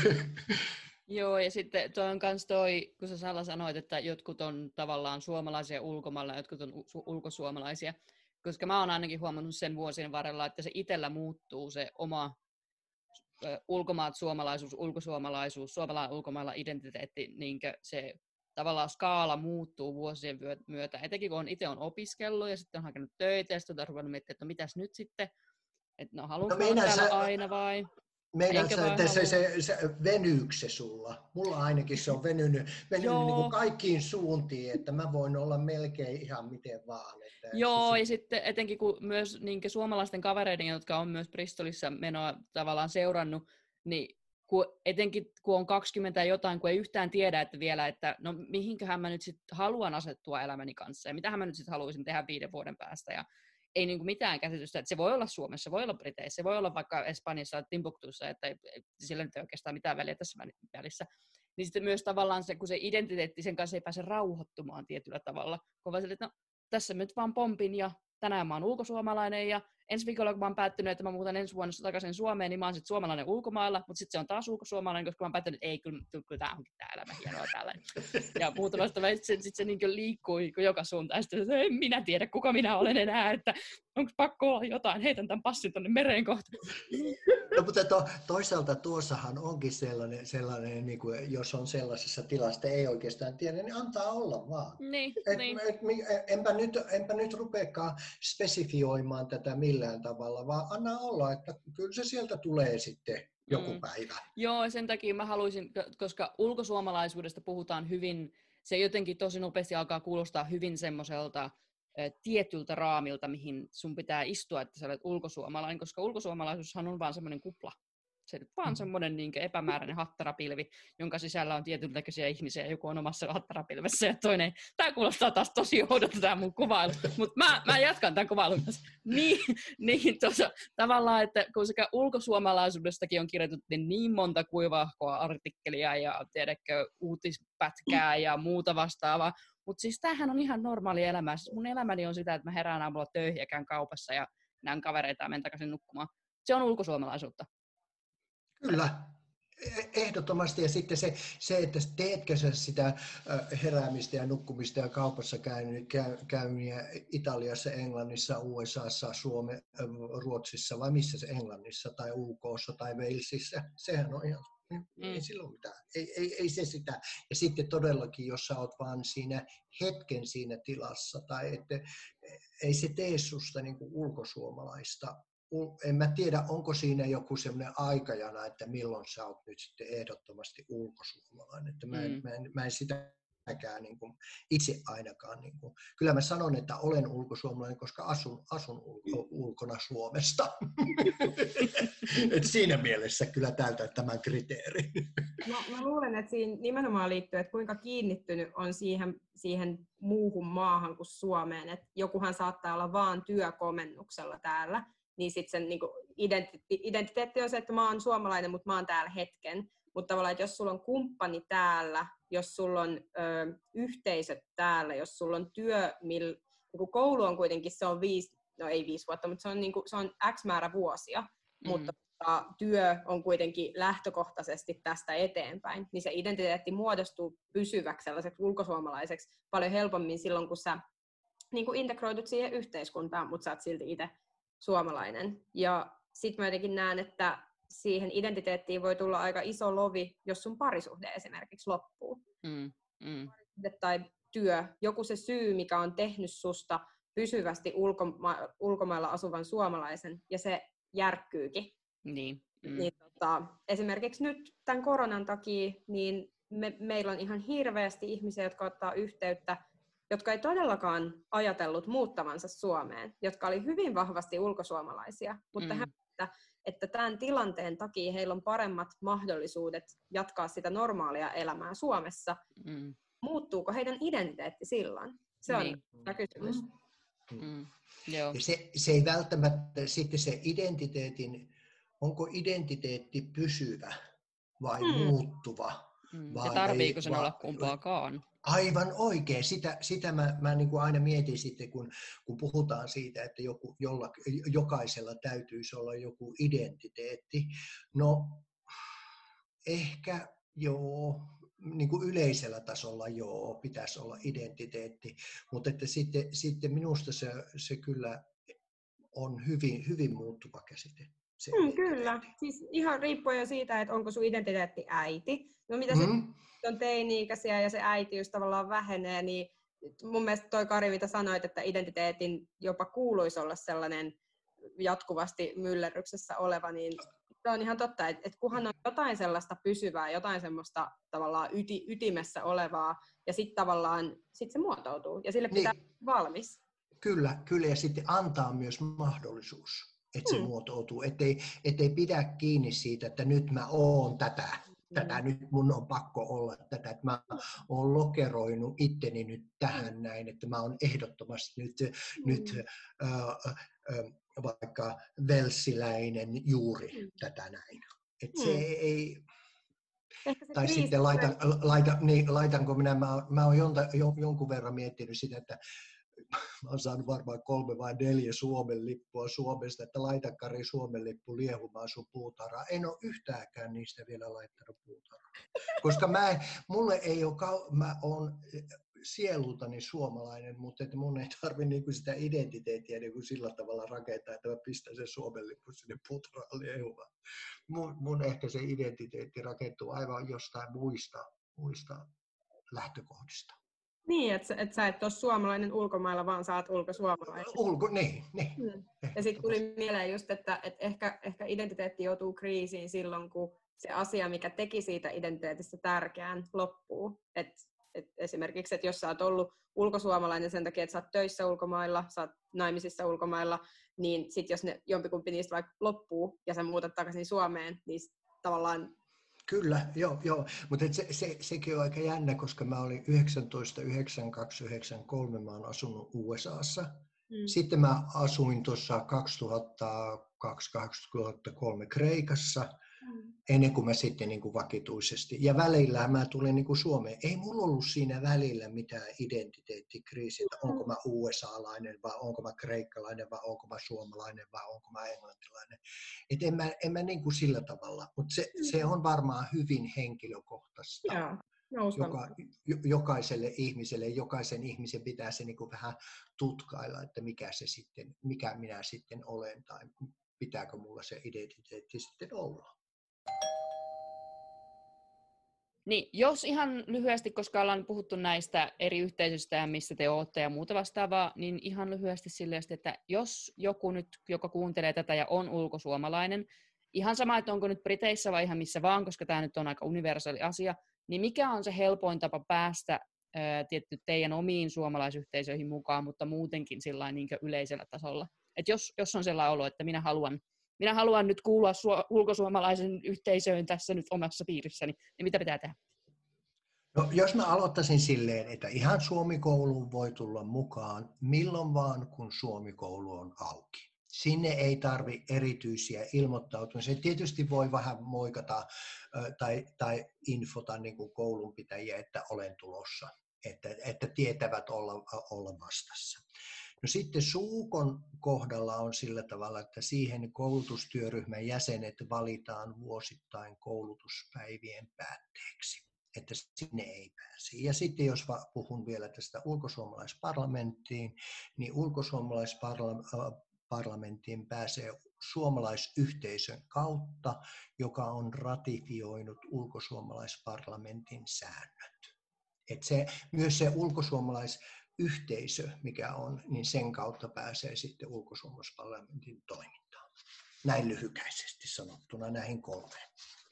Joo, ja sitten toi on kans toi, kun sä Salla sanoit, että jotkut on tavallaan suomalaisia ulkomailla, jotkut on u- ulkosuomalaisia, koska mä oon ainakin huomannut sen vuosien varrella, että se itsellä muuttuu se oma ö, ulkomaat suomalaisuus, ulkosuomalaisuus, suomalainen ulkomailla identiteetti, niin se tavallaan skaala muuttuu vuosien myötä, etenkin kun on itse on opiskellut ja sitten on hakenut töitä ja sitten on ruvennut miettimään, että no mitäs nyt sitten, että no haluanko no, olla täällä sä... aina vai... Meinaat sä, että se, se, se venyykö se sulla? Mulla ainakin se on venynyt, venynyt niin kuin kaikkiin suuntiin, että mä voin olla melkein ihan miten vaan. Että Joo, se... ja sitten etenkin kun myös niin suomalaisten kavereiden, jotka on myös Bristolissa menoa tavallaan seurannut, niin kun, etenkin kun on kaksikymmentä jotain, kun ei yhtään tiedä, että vielä, että no mihinköhän mä nyt sitten haluan asettua elämäni kanssa, ja mitähän mä nyt sitten haluaisin tehdä viiden vuoden päästä, ja ei niin kuin mitään käsitystä, että se voi olla Suomessa, se voi olla Briteissä, se voi olla vaikka Espanjassa, Timbuktussa, että ei, sillä nyt ei oikeastaan mitään väliä tässä välissä. Niin sitten myös tavallaan se, kun se identiteetti sen kanssa ei pääse rauhoittumaan tietyllä tavalla, kun vaan sille, että no, tässä nyt vaan pompin ja tänään mä oon ulkosuomalainen ja ensi viikolla kun mä oon päättynyt, että mä muutan ensi vuonna takaisin Suomeen, niin mä oon sitten suomalainen ulkomailla, mutta sitten se on taas ulkosuomalainen, koska mä oon päättänyt, että ei, kyllä, kyllä tää onkin tää elämä hienoa täällä. Ja muutamasta sitten sit se niin liikkuu niin joka suuntaan, ja sitten että en minä tiedä, kuka minä olen enää, että onko pakko olla jotain, heitän tämän passin tonne mereen kohta. No, mutta to, toisaalta tuossahan onkin sellainen, sellainen niin kuin, jos on sellaisessa tilassa, ei oikeastaan tiedä, niin antaa olla vaan. Niin, et, niin. Et, enpä, nyt, enpä nyt rupeakaan spesifioimaan tätä millään tavalla, vaan anna olla, että kyllä se sieltä tulee sitten joku mm. päivä. Joo, sen takia mä haluaisin, koska ulkosuomalaisuudesta puhutaan hyvin, se jotenkin tosi nopeasti alkaa kuulostaa hyvin semmoiselta tietyltä raamilta, mihin sun pitää istua, että sä olet ulkosuomalainen, koska ulkosuomalaisuushan on vaan semmoinen kupla. Se on vaan semmoinen niin epämääräinen hattarapilvi, jonka sisällä on tietynlaisia ihmisiä, joku on omassa hattarapilvessä ja toinen. Tämä kuulostaa taas tosi oudolta tämä mun kuvailu, mutta mä, mä jatkan tämän kuvailun kanssa. Niin, niin tuossa, tavallaan, että kun sekä ulkosuomalaisuudestakin on kirjoitettu niin monta kuivahkoa artikkelia ja tiedätkö, uutispätkää ja muuta vastaavaa, mutta siis tämähän on ihan normaali elämä. Siis mun elämäni on sitä, että mä herään aamulla töihin ja käyn kaupassa ja näen kavereita ja menen takaisin nukkumaan. Se on ulkosuomalaisuutta. Kyllä, ehdottomasti. Ja sitten se, se että teetkö sä sitä heräämistä ja nukkumista ja kaupassa käymiä Italiassa, Englannissa, U S A:ssa, Suomessa, Ruotsissa vai missä se Englannissa tai U K:ssa tai Walesissa, sehän on ihan... Mm. Ei silloin mitään. Ei, ei, ei se sitä. Ja sitten todellakin, jos sä oot vaan siinä hetken siinä tilassa, tai että ei se tee susta niin kuin ulkosuomalaista. En mä tiedä, onko siinä joku semmoinen aikajana, että milloin sä oot nyt sitten ehdottomasti ulkosuomalainen. Että mä, en, mm. mä, en, mä en sitäkään niin kuin, itse ainakaan. Niin kuin. Kyllä mä sanon, että olen ulkosuomalainen, koska asun, asun ulko, ulkona Suomesta. Et siinä mielessä kyllä täytän tämän kriteerin. Mä, mä luulen, että siinä nimenomaan liittyy, että kuinka kiinnittynyt on siihen, siihen muuhun maahan kuin Suomeen. Että jokuhan saattaa olla vaan työkomennuksella täällä. Niin sitten sen niin identiteetti, identiteetti on se, että mä oon suomalainen, mutta mä oon täällä hetken. Mutta tavallaan, että jos sulla on kumppani täällä, jos sulla on ö, yhteisöt täällä, jos sulla on työ, mil, niin koulu on kuitenkin, se on viisi, no ei viisi vuotta, mutta se on, niin kuin, se on X määrä vuosia, mm. mutta työ on kuitenkin lähtökohtaisesti tästä eteenpäin, niin se identiteetti muodostuu pysyväksi sellaiseksi ulkosuomalaiseksi paljon helpommin silloin, kun sä niin kuin integroidut siihen yhteiskuntaan, mutta sä oot silti itse suomalainen. Ja sitten mä jotenkin näen, että siihen identiteettiin voi tulla aika iso lovi, jos sun parisuhde esimerkiksi loppuu. Mm, mm. Tai työ, joku se syy, mikä on tehnyt susta pysyvästi ulkoma- ulkomailla asuvan suomalaisen, ja se järkkyykin. Niin. Mm. Niin, tota, esimerkiksi nyt tämän koronan takia niin me, meillä on ihan hirveästi ihmisiä, jotka ottaa yhteyttä, jotka ei todellakaan ajatellut muuttavansa Suomeen, jotka oli hyvin vahvasti ulkosuomalaisia, mutta Mm. hän, että, että tämän tilanteen takia heillä on paremmat mahdollisuudet jatkaa sitä normaalia elämää Suomessa. Mm. Muuttuuko heidän identiteetti silloin? Se on Niin. tämä kysymys. Mm. Joo. Ja se, se ei välttämättä sitten se identiteetin, onko identiteetti pysyvä vai Mm. muuttuva? Mm. Vai, ja tarviiko sen vai, olla kumpaakaan? Aivan oikein. Sitä, sitä mä, mä niin kuin aina mietin sitten, kun, kun puhutaan siitä, että joku, jolla, jokaisella täytyisi olla joku identiteetti. No ehkä joo, niin kuin yleisellä tasolla joo, pitäisi olla identiteetti, mutta että sitten, sitten minusta se, se kyllä on hyvin, hyvin muuttuva käsite. Se Mm, kyllä, siis ihan riippuen jo siitä, että onko sun identiteetti äiti. No mitä mm. sitten on teini-ikäisiä ja se äitiys tavallaan vähenee, niin mun mielestä toi Kari, mitä sanoit, että identiteetin jopa kuuluisi olla sellainen jatkuvasti myllerryksessä oleva, niin se on ihan totta, että, että kunhan on jotain sellaista pysyvää, jotain semmoista tavallaan yti, ytimessä olevaa, ja sitten tavallaan sit se muotoutuu, ja sille pitää niin. olla valmis. Kyllä, kyllä, ja sitten antaa myös mahdollisuus, että se Hmm. muotoutuu, ettei, ettei pidä kiinni siitä, että nyt mä oon tätä, tätä Hmm. nyt mun on pakko olla tätä, että mä oon lokeroinut itteni nyt tähän näin, että mä oon ehdottomasti nyt, Hmm. nyt äh, äh, vaikka velssiläinen juuri hmm. tätä näin. Että se Hmm. ei... Se tai sitten laitan, laitan, niin, laitanko minä, mä, mä oon jonta, jon, jonkun verran miettinyt sitä, että mä oon saanut varmaan kolme vai neljä Suomen lippua Suomesta, että laita Kari Suomen lippu liehumaan sun puutarhaa. En ole yhtäänkään niistä vielä laittanut puutarhaa. Koska mä en, mulle ei ole, kau- mä oon sielultani suomalainen, mutta että mun ei tarvitse niinku sitä identiteettiä niinku sillä tavalla rakentaa, että mä pistän sen Suomen lippu sinne puutarhaan liehumaan. Mun, mun ehkä se identiteetti rakentuu aivan jostain muista, muista lähtökohdista. Niin, että et sä et ole suomalainen ulkomailla, vaan sä oot ulkosuomalainen. Ulko, niin, niin. Hmm. Ja sitten tuli mieleen just, että et ehkä, ehkä identiteetti joutuu kriisiin silloin, kun se asia, mikä teki siitä identiteetistä tärkeän, loppuu. Et, et esimerkiksi, että jos sä oot ollut ulkosuomalainen sen takia, että sä oot töissä ulkomailla, sä oot naimisissa ulkomailla, niin sitten jos ne jompikumpi niistä vaikka loppuu ja sä muutat takaisin Suomeen, niin tavallaan... Kyllä, joo, joo. Mutta se, se, sekin on aika jännä, koska mä olin yhdeksäntoista yhdeksänkymmentäkaksi yhdeksänkymmentäkolme, mä oon asunut U S A:ssa. Mm. Sitten mä asuin tuossa kaksituhattakaksi kaksituhattakolme Kreikassa, mm. ennen kuin mä sitten niin kuin vakituisesti. Ja välillä mä tulin niin kuin Suomeen. Ei mulla ollut siinä välillä mitään identiteettikriisiä, onko mä U S A-lainen vai onko mä kreikkalainen vai onko mä suomalainen vai onko mä englantilainen. Et en mä, en mä niin kuin sillä tavalla, mutta se, se on varmaan hyvin henkilökohtaista. Yeah. Joka, jokaiselle ihmiselle, jokaisen ihmisen pitää se niin kuin vähän tutkailla, että mikä, se sitten, mikä minä sitten olen tai pitääkö mulla se identiteetti sitten olla. Niin, jos ihan lyhyesti, koska ollaan puhuttu näistä eri yhteisöistä ja missä te olette ja muuta vastaavaa, niin ihan lyhyesti silleen, että jos joku nyt, joka kuuntelee tätä ja on ulkosuomalainen, ihan sama, että onko nyt Briteissä vai ihan missä vaan, koska tämä nyt on aika universaali asia, niin mikä on se helpoin tapa päästä ää, tietty teidän omiin suomalaisyhteisöihin mukaan, mutta muutenkin sillain niin kuin yleisellä tasolla? Et jos, jos on sellainen olo, että minä haluan, minä haluan nyt kuulua su- ulkosuomalaisen yhteisöön tässä nyt omassa piirissäni, niin mitä pitää tehdä? No, jos mä aloittaisin silleen, että ihan Suomikouluun voi tulla mukaan milloin vaan, kun Suomikoulu on auki. Sinne ei tarvi erityisiä ilmoittautumisia. Tietysti voi vähän moikata tai, tai infota niin kuin koulunpitäjiä, että olen tulossa, että, että tietävät olla, olla vastassa. No sitten Suukon kohdalla on sillä tavalla, että siihen koulutustyöryhmän jäsenet valitaan vuosittain koulutuspäivien päätteeksi, että sinne ei pääse. Ja sitten jos puhun vielä tästä ulkosuomalaisparlamenttiin, niin ulkosuomalaisparlamenttiin parlamenttiin pääsee suomalaisyhteisön kautta, joka on ratifioinut ulkosuomalaisparlamentin säännöt. Et se, myös se ulkosuomalaisyhteisö, mikä on, niin sen kautta pääsee sitten ulkosuomalaisparlamentin toimintaan. näin lyhykäisesti sanottuna näihin kolmeen.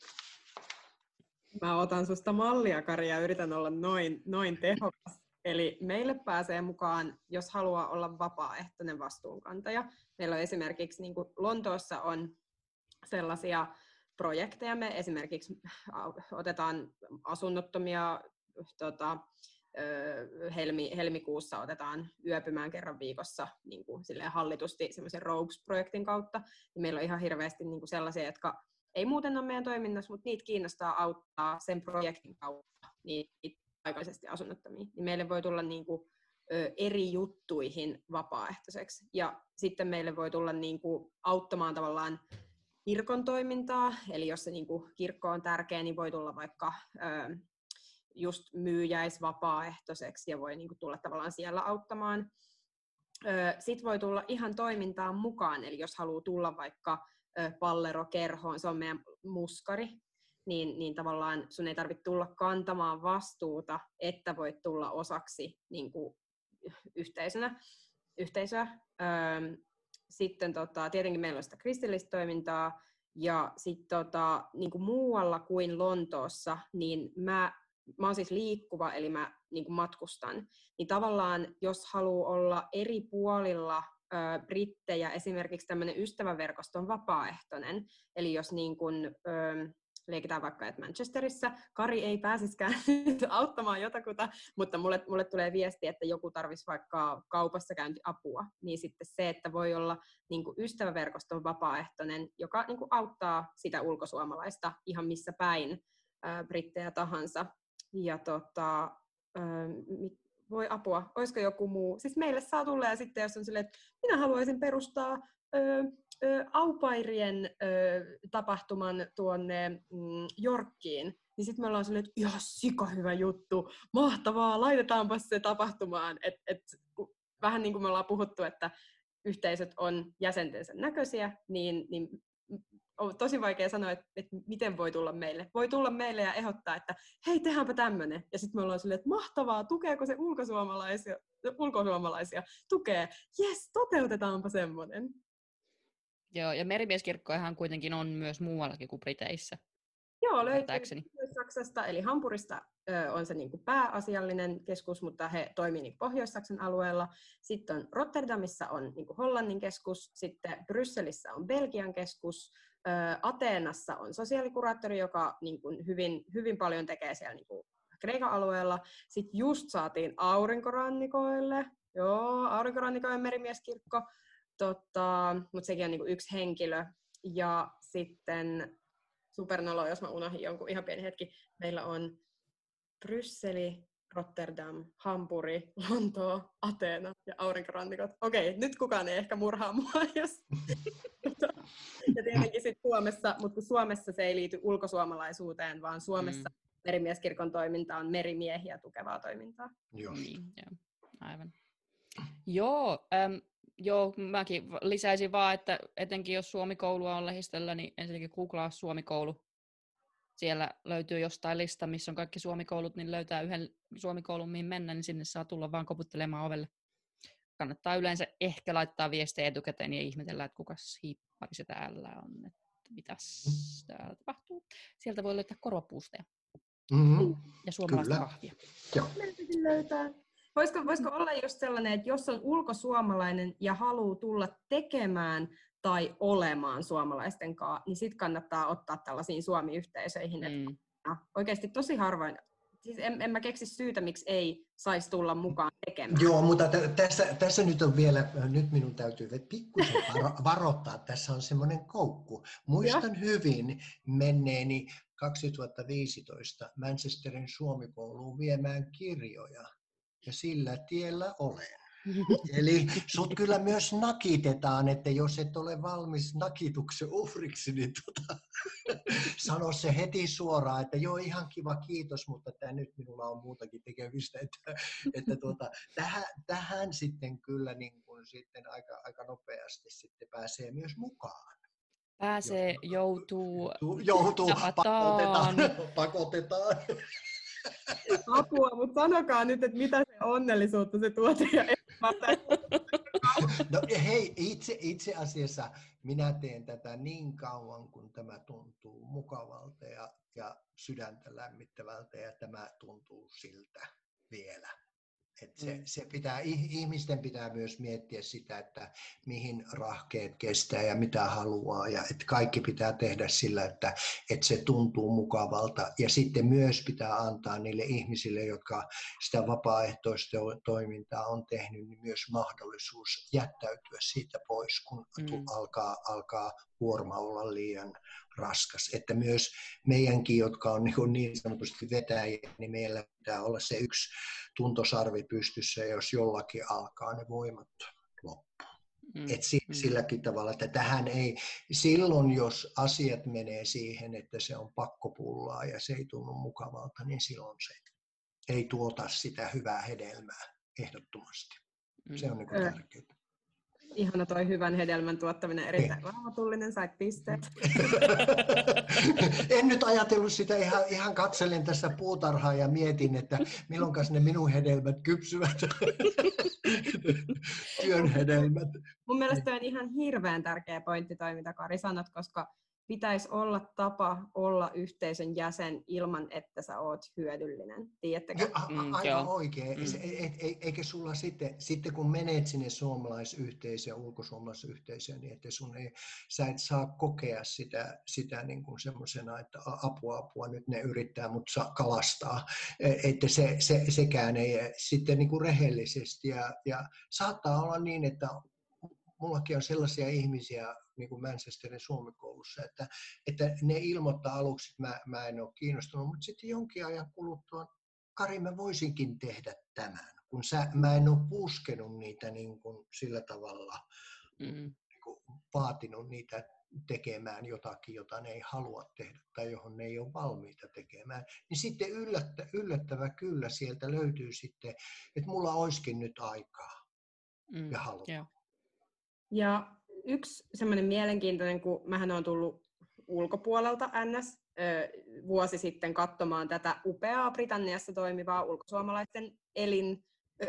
Mä otan susta mallia, Kari, ja yritän olla noin, noin tehokas. Eli meille pääsee mukaan, jos haluaa olla vapaaehtoinen vastuunkantaja. Meillä on esimerkiksi, niin kuin Lontoossa on sellaisia projekteja, me esimerkiksi otetaan asunnottomia, tota, helmi, helmikuussa otetaan yöpymään kerran viikossa niin kuin silleen hallitusti semmoisen Rogues-projektin kautta. Ja meillä on ihan hirveästi niin kuin sellaisia, jotka ei muuten ole meidän toiminnassa, mutta niitä kiinnostaa auttaa sen projektin kautta niitä aikaisesti asunnottomia. Niin meille voi tulla niin kuin, ö, eri juttuihin vapaaehtoiseksi. Ja sitten meille voi tulla niin kuin, auttamaan tavallaan kirkon toimintaa. Eli jos se niin kuin, kirkko on tärkeä, niin voi tulla vaikka ö, just myyjäis vapaaehtoiseksi ja voi niin kuin, tulla tavallaan siellä auttamaan. Sitten voi tulla ihan toimintaan mukaan. Eli jos haluaa tulla vaikka pallerokerhoon, se on meidän muskari, niin, niin tavallaan sun ei tarvitse tulla kantamaan vastuuta, että voit tulla osaksi niin kuin yhteisönä, yhteisöä. Sitten tota, tietenkin meillä on sitä kristillistä toimintaa, ja sitten tota, niin kuin muualla kuin Lontoossa, niin mä, mä oon siis liikkuva, eli mä niin kuin matkustan. Niin tavallaan, jos haluaa olla eri puolilla brittejä, esimerkiksi tämmöinen ystäväverkosto on vapaaehtoinen, eli jos niin kun, ö, leikitään vaikka, että Manchesterissa Kari ei pääsiskään auttamaan jotakuta, mutta mulle, mulle tulee viesti, että joku tarvitsisi vaikka kaupassa käyntiapua, niin sitten se, että voi olla niin kun ystäväverkoston vapaaehtoinen, joka niin kun auttaa sitä ulkosuomalaista ihan missä päin ö, brittejä tahansa. Ja tota, ö, voi apua, olisiko joku muu. Siis meille saa tulla ja sitten jos on silleen, että minä haluaisin perustaa ö, ö, aupairien ö, tapahtuman tuonne mm, Yorkiin, niin sitten me ollaan silleen, että ihan sika hyvä juttu, mahtavaa, laitetaanpa se tapahtumaan. Et, et, vähän niin kuin me ollaan puhuttu, että yhteisöt on jäsentensä näköisiä, niin, niin on tosi vaikea sanoa, että, että miten voi tulla meille. Voi tulla meille ja ehdottaa, että hei, tehdäänpä tämmöinen. Ja sitten me ollaan silleen, että mahtavaa, tukeeko se ulkosuomalaisia? ulkosuomalaisia? Tukee. Jes, toteutetaanpa semmoinen. Joo, ja merimieskirkkojahan kuitenkin on myös muuallakin kuin Briteissä. Joo, löytyy Saksasta, eli Hampurista ö, on se niin kuin pääasiallinen keskus, mutta he toimii niin Pohjois-Saksan alueella. Sitten on Rotterdamissa on niin kuin Hollannin keskus, sitten Brysselissä on Belgian keskus, ö, Ateenassa on sosiaalikuraattori, joka niin kuin hyvin, hyvin paljon tekee siellä niin kuin Kreikan alueella. Sitten just saatiin Aurinkorannikoille, joo, Aurinkorannikoille merimieskirkko, tota, mutta sekin on niin kuin yksi henkilö. Ja sitten supernolo, jos mä unohdin jonkun ihan pieni hetki. Meillä on Brysseli, Rotterdam, Hampuri, Lontoo, Ateena ja Aurinkorannikot. Okei, nyt kukaan ei ehkä murhaa mua, jos... ja tietenkin sitten Suomessa, mutta Suomessa se ei liity ulkosuomalaisuuteen, vaan Suomessa mm. merimieskirkon toiminta on merimiehiä tukevaa toimintaa. Joo. Niin, joo. Aivan. Joo, äm, Joo, mäkin lisäisin vaan, että etenkin jos Suomikoulua on lähistöllä, niin ensinnäkin googlaa Suomikoulu. Siellä löytyy jostain lista, missä on kaikki Suomikoulut, niin löytää yhden Suomikoulun, mihin mennä, niin sinne saa tulla vaan koputtelemaan ovelle. Kannattaa yleensä ehkä laittaa viestejä etukäteen ja ihmetellä, että kukas hiippari se täällä on, että mitäs täällä tapahtuu. Sieltä voi löytää korvapuusteja mm-hmm. ja suomalaista Kyllä. kahvia. Joo. löytää. Voisiko, voisiko olla just sellainen, että jos on ulkosuomalainen ja haluaa tulla tekemään tai olemaan suomalaisten kanssa, niin sitten kannattaa ottaa tällaisiin Suomi-yhteisöihin. Mm. Että oikeasti tosi harvoin, siis en, en mä keksi syytä, miksi ei saisi tulla mukaan tekemään. Joo, mutta t- tässä, tässä nyt on vielä, nyt minun täytyy pikkusen varo- varoittaa, tässä on semmoinen koukku. Muistan ja. hyvin menneeni kaksituhattaviisitoista Manchesterin Suomikouluun viemään kirjoja. Ja sillä tiellä olen. Eli sut kyllä myös nakitetaan, että jos et ole valmis nakituksen uhriksi, niin tota, sano se heti suoraan, että joo, ihan kiva, kiitos, mutta tämä nyt minulla on muutakin tekemistä. Että, että tuota, tähän, tähän sitten kyllä niin kuin sitten aika, aika nopeasti sitten pääsee myös mukaan. Pääsee, jos, joutuu, joutuu pakotetaan. pakotetaan. Apua, mutta sanokaa nyt, että mitä se onnellisuutta se tuo. No hei, itse, itse asiassa minä teen tätä niin kauan, kun tämä tuntuu mukavalta ja, ja sydäntä lämmittävältä ja tämä tuntuu siltä vielä. Et se, Mm. se pitää, ihmisten pitää myös miettiä sitä, että mihin rahkeet kestää ja mitä haluaa. Ja että kaikki pitää tehdä sillä, että, että se tuntuu mukavalta. Ja sitten myös pitää antaa niille ihmisille, jotka sitä vapaaehtoista toimintaa on tehnyt, niin myös mahdollisuus jättäytyä siitä pois, kun mm. alkaa, alkaa kuorma olla liian raskas. Että myös meidänkin, jotka on niin sanotusti vetäjiä, niin meillä pitää olla se yksi tuntosarvi pystyssä, ja jos jollakin alkaa, ne voimat loppuu. Mm, Et si- mm. Silläkin tavalla, että tähän ei, silloin jos asiat menee siihen, että se on pakkopullaa ja se ei tunnu mukavalta, niin silloin se ei tuota sitä hyvää hedelmää ehdottomasti. Mm. Se on niin kuin tärkeää. Ihana toi hyvän hedelmän tuottaminen, erittäin raamatullinen, sait pisteet. En nyt ajatellut sitä, ihan, ihan katselen tässä puutarhaa ja mietin, että milloinkas ne minun hedelmät kypsyvät. Työn hedelmät. Mun mielestä on ihan hirveän tärkeä pointti toi, mitä Kari sanot, koska pitäisi olla tapa olla yhteisön jäsen ilman, että sä oot hyödyllinen. Tiedättekö? A- a- aivan oikein. Mm. E- e- eikä sulla sitten, sitten kun menet sinne suomalaisyhteisöön, ulkosuomalaisyhteisöön, niin että sun ei, sä et saa kokea sitä, sitä niin kuin semmosena, että apua, apua, nyt ne yrittää mut saa kalastaa. Että se, se, sekään ei sitten niin kuin rehellisesti. Ja, ja saattaa olla niin, että mullakin on sellaisia ihmisiä, niin kuin Manchesterin Suomikoulussa, että, että ne ilmoittaa aluksi, että mä, mä en ole kiinnostunut, mutta sitten jonkin ajan kuluttua, Kari, mä voisinkin tehdä tämän, kun sä, mä en ole puskenut niitä niin kuin sillä tavalla, mm. niin kuin vaatinut niitä tekemään jotakin, jota ne ei halua tehdä tai johon ne ei ole valmiita tekemään, niin sitten yllättä, yllättävä kyllä sieltä löytyy sitten, että mulla olisikin nyt aikaa mm. ja halua. Yeah. Ja yksi semmoinen mielenkiintoinen, kun mähän olen tullut ulkopuolelta N S vuosi sitten katsomaan tätä upeaa Britanniassa toimivaa ulkosuomalaisten elin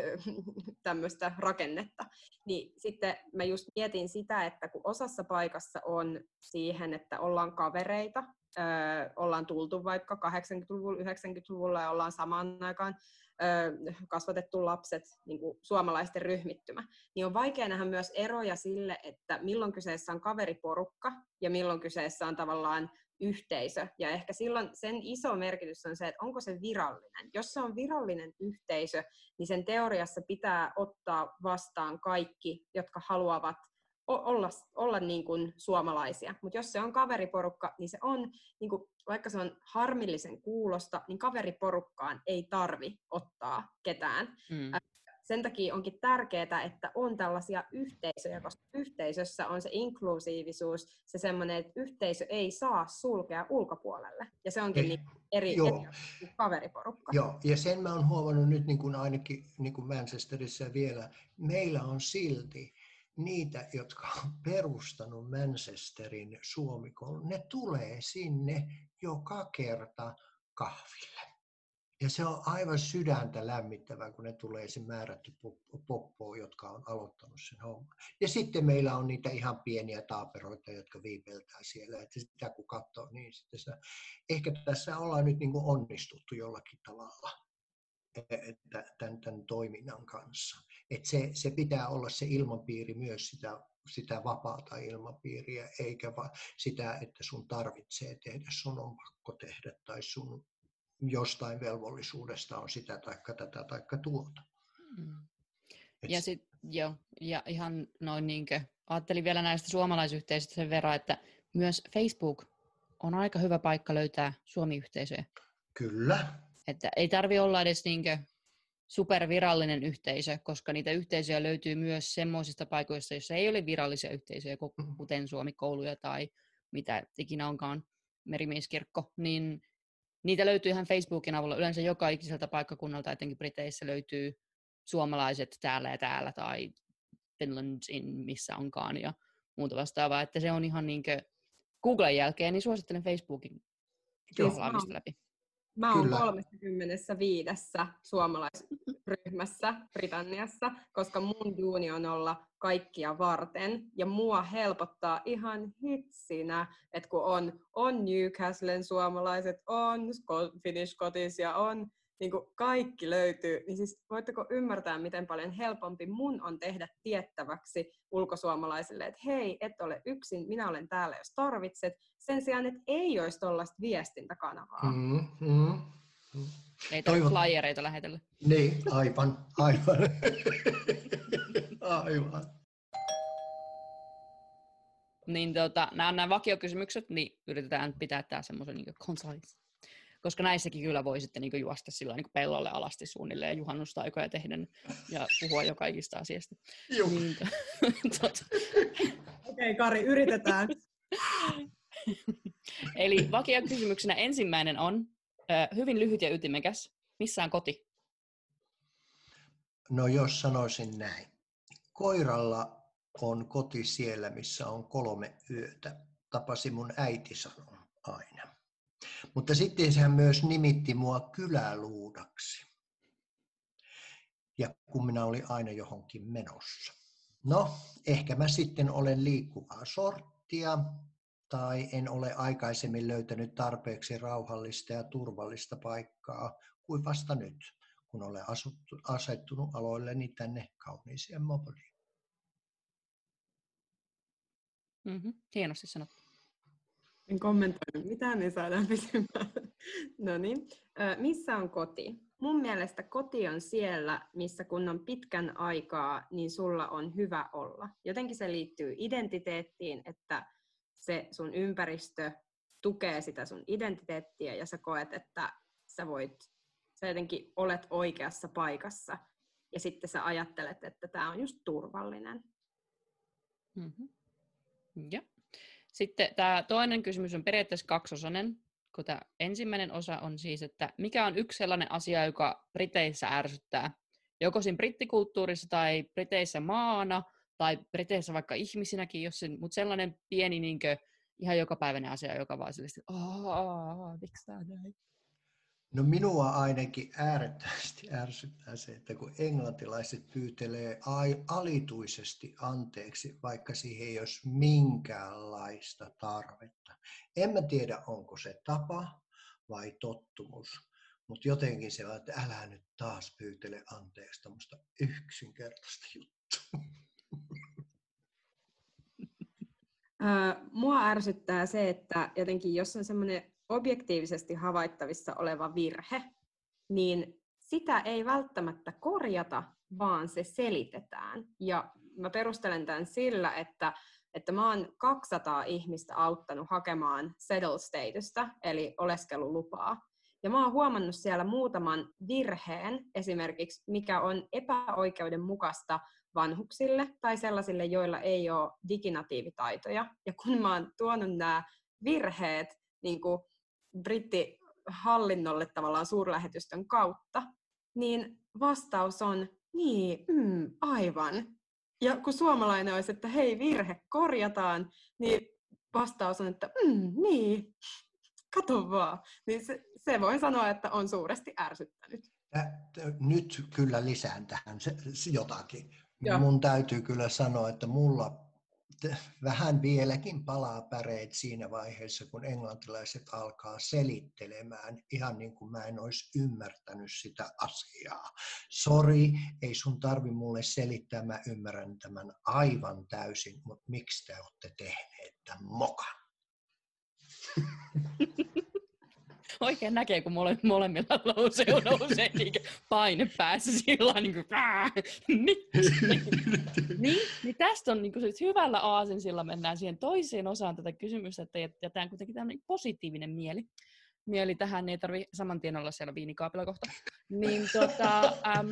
tämmöistä rakennetta, niin sitten mä just mietin sitä, että kun osassa paikassa on siihen, että ollaan kavereita, ö, ollaan tultu vaikka kahdeksankymmentäluvulla, yhdeksänkymmentäluvulla ja ollaan samaan aikaan ö, kasvatettu lapset, niin kuin suomalaisten ryhmittymä, niin on vaikea nähdä myös eroja sille, että milloin kyseessä on kaveriporukka ja milloin kyseessä on tavallaan yhteisö. Ja ehkä silloin sen iso merkitys on se, että onko se virallinen. Jos se on virallinen yhteisö, niin sen teoriassa pitää ottaa vastaan kaikki, jotka haluavat olla, olla niin kuin suomalaisia. Mutta jos se on kaveriporukka, niin se on, niin kuin, vaikka se on harmillisen kuulosta, niin kaveriporukkaan ei tarvi ottaa ketään. Mm. Sen takia onkin tärkeää, että on tällaisia yhteisöjä, koska yhteisössä on se inklusiivisuus, se semmoinen, että yhteisö ei saa sulkea ulkopuolelle. Ja se onkin niin eri, eri kaveriporukka. Joo, ja sen mä oon huomannut nyt niin kuin ainakin niin kuin Manchesterissa vielä, meillä on silti niitä, jotka on perustanut Manchesterin Suomikoulun, ne tulee sinne joka kerta kahville. Ja se on aivan sydäntä lämmittävää, kun ne tulee se määrätty poppo, jotka on aloittanut sen homman. Ja sitten meillä on niitä ihan pieniä taaperoita, jotka viipeltää siellä. Että sitä kun katsoo, niin sitten se, ehkä tässä ollaan nyt niin kuin onnistuttu jollakin tavalla että tämän, tämän toiminnan kanssa. Että se, se pitää olla se ilmapiiri myös sitä, sitä vapaata ilmapiiriä, eikä vaan sitä, että sun tarvitsee tehdä, sun on pakko tehdä tai sun jostain velvollisuudesta on sitä taikka tätä taikka tuota. Mm. Ja, sit, jo, ja ihan noin niinkö, ajattelin vielä näistä suomalaisyhteisöistä sen verran, että myös Facebook on aika hyvä paikka löytää Suomi-yhteisöjä. Kyllä. Että ei tarvitse olla edes niinkö supervirallinen yhteisö, koska niitä yhteisöjä löytyy myös semmoisista paikoista, joissa ei ole virallisia yhteisöjä, kuten Suomi-kouluja tai mitä ikinä onkaan, Merimieskirkko, niin niitä löytyy ihan Facebookin avulla. Yleensä joka ikiseltä paikkakunnalta, etenkin Briteissä, löytyy suomalaiset täällä ja täällä tai Finlandin missä onkaan ja muuta vastaavaa. Että se on ihan niinkö Googlen jälkeen, niin suosittelen Facebookin siis laamista läpi. Mä oon kolmekymmentäviisi suomalaisryhmässä Britanniassa, koska mun duuni on olla kaikkia varten. Ja mua helpottaa ihan hitsinä, että kun on, on Newcastlen suomalaiset, on Finnish Scottish ja on niin kuin kaikki löytyy, niin siis voitteko ymmärtää, miten paljon helpompi mun on tehdä tiettäväksi ulkosuomalaisille, että hei, et ole yksin, minä olen täällä, jos tarvitset, sen sijaan, että ei olisi tuollaista viestintäkanavaa. Mm, mm, mm. Ei tarvitse flyereita lähetellä. Niin, aivan, aivan. aivan. Niin tota, nämä on nämä vakiokysymykset, niin yritetään pitää tämä semmoisen niin concise. Koska näissäkin kyllä voi sitten niin juosta sillä niin pellolle alasti suunnilleen juhannustaikoja tehdä ja puhua jo kaikista asiasta. Niin, tota. Okei, okay, Kari, yritetään. Eli vakiokysymyksenä ensimmäinen on äh, hyvin lyhyt ja ytimekäs. Missä on koti? No jos sanoisin näin. Koiralla on koti siellä, missä on kolme yötä. Tapasi mun äiti sanoa aina. Mutta sitten hän myös nimitti mua kyläluudaksi. Ja kun minä olin aina johonkin menossa. No, ehkä mä sitten olen liikkuvaa sorttia, tai en ole aikaisemmin löytänyt tarpeeksi rauhallista ja turvallista paikkaa kuin vasta nyt, kun olen asuttu, asettunut aloilleni tänne kauniiseen Mopoliin. Mm-hmm. Hienosti sanottu. En kommentoinut mitään, niin saadaan pysymään. No niin. Missä on koti? Mun mielestä koti on siellä, missä kun on pitkän aikaa, niin sulla on hyvä olla. Jotenkin se liittyy identiteettiin, että se sun ympäristö tukee sitä sun identiteettiä ja sä koet, että sä voit, sä jotenkin olet oikeassa paikassa ja sitten sä ajattelet, että tää on just turvallinen. Mm-hmm. Ja. Sitten tämä toinen kysymys on periaatteessa kaksosainen, kun tämä ensimmäinen osa on siis, että mikä on yksi sellainen asia, joka Briteissä ärsyttää, joko siinä brittikulttuurissa tai Briteissä maana tai Briteissä vaikka ihmisinäkin, jos se, mutta sellainen pieni niinkö, ihan jokapäiväinen asia, joka vaan sellaisesti, aah, miksi tämä näin? No minua ainakin äärettömästi ärsyttää se, että kun englantilaiset pyytelee alituisesti anteeksi, vaikka siihen ei olisi minkäänlaista tarvetta. En mä tiedä, onko se tapa vai tottumus, mutta jotenkin se on, että älä nyt taas pyytele anteeksi tämmöistä yksinkertaista juttua. Mua ärsyttää se, että jotenkin jos on semmoinen objektiivisesti havaittavissa oleva virhe, niin sitä ei välttämättä korjata, vaan se selitetään. Ja mä perustelen tämän sillä, että, että mä oon kaksisataa ihmistä auttanut hakemaan settled statusta, eli oleskelulupaa. Ja mä oon huomannut siellä muutaman virheen, esimerkiksi mikä on epäoikeudenmukaista vanhuksille tai sellaisille, joilla ei ole diginatiivitaitoja. Ja kun mä oon tuonut nämä virheet niin kuin brittihallinnolle tavallaan suurlähetystön kautta, niin vastaus on, niin, mm, aivan. Ja kun suomalainen olisi, että hei, virhe korjataan, niin vastaus on, että mm, niin, kato vaan. Niin se, se voi sanoa, että on suuresti ärsyttänyt. Nyt kyllä lisään tähän se, se jotakin. Joo. Mun täytyy kyllä sanoa, että mulla vähän vieläkin palaa päreet siinä vaiheessa, kun englantilaiset alkaa selittelemään, ihan niin kuin mä en olisi ymmärtänyt sitä asiaa. Sori, ei sun tarvi mulle selittää, mä ymmärrän tämän aivan täysin, mutta miksi te olette tehneet tämän mokan? Oikein näkee, kun mole, molemmilla nousee, nousee niin paine päässä sillä niin kuin, niin, niin tästä on niin kuin, hyvällä aasinsilla mennään siihen toiseen osaan tätä kysymystä, että jätetään kuitenkin tämmöinen positiivinen mieli. Mieli tähän, niin ei tarvitse saman tien olla siellä viinikaapilla kohta. Niin, tota, äm,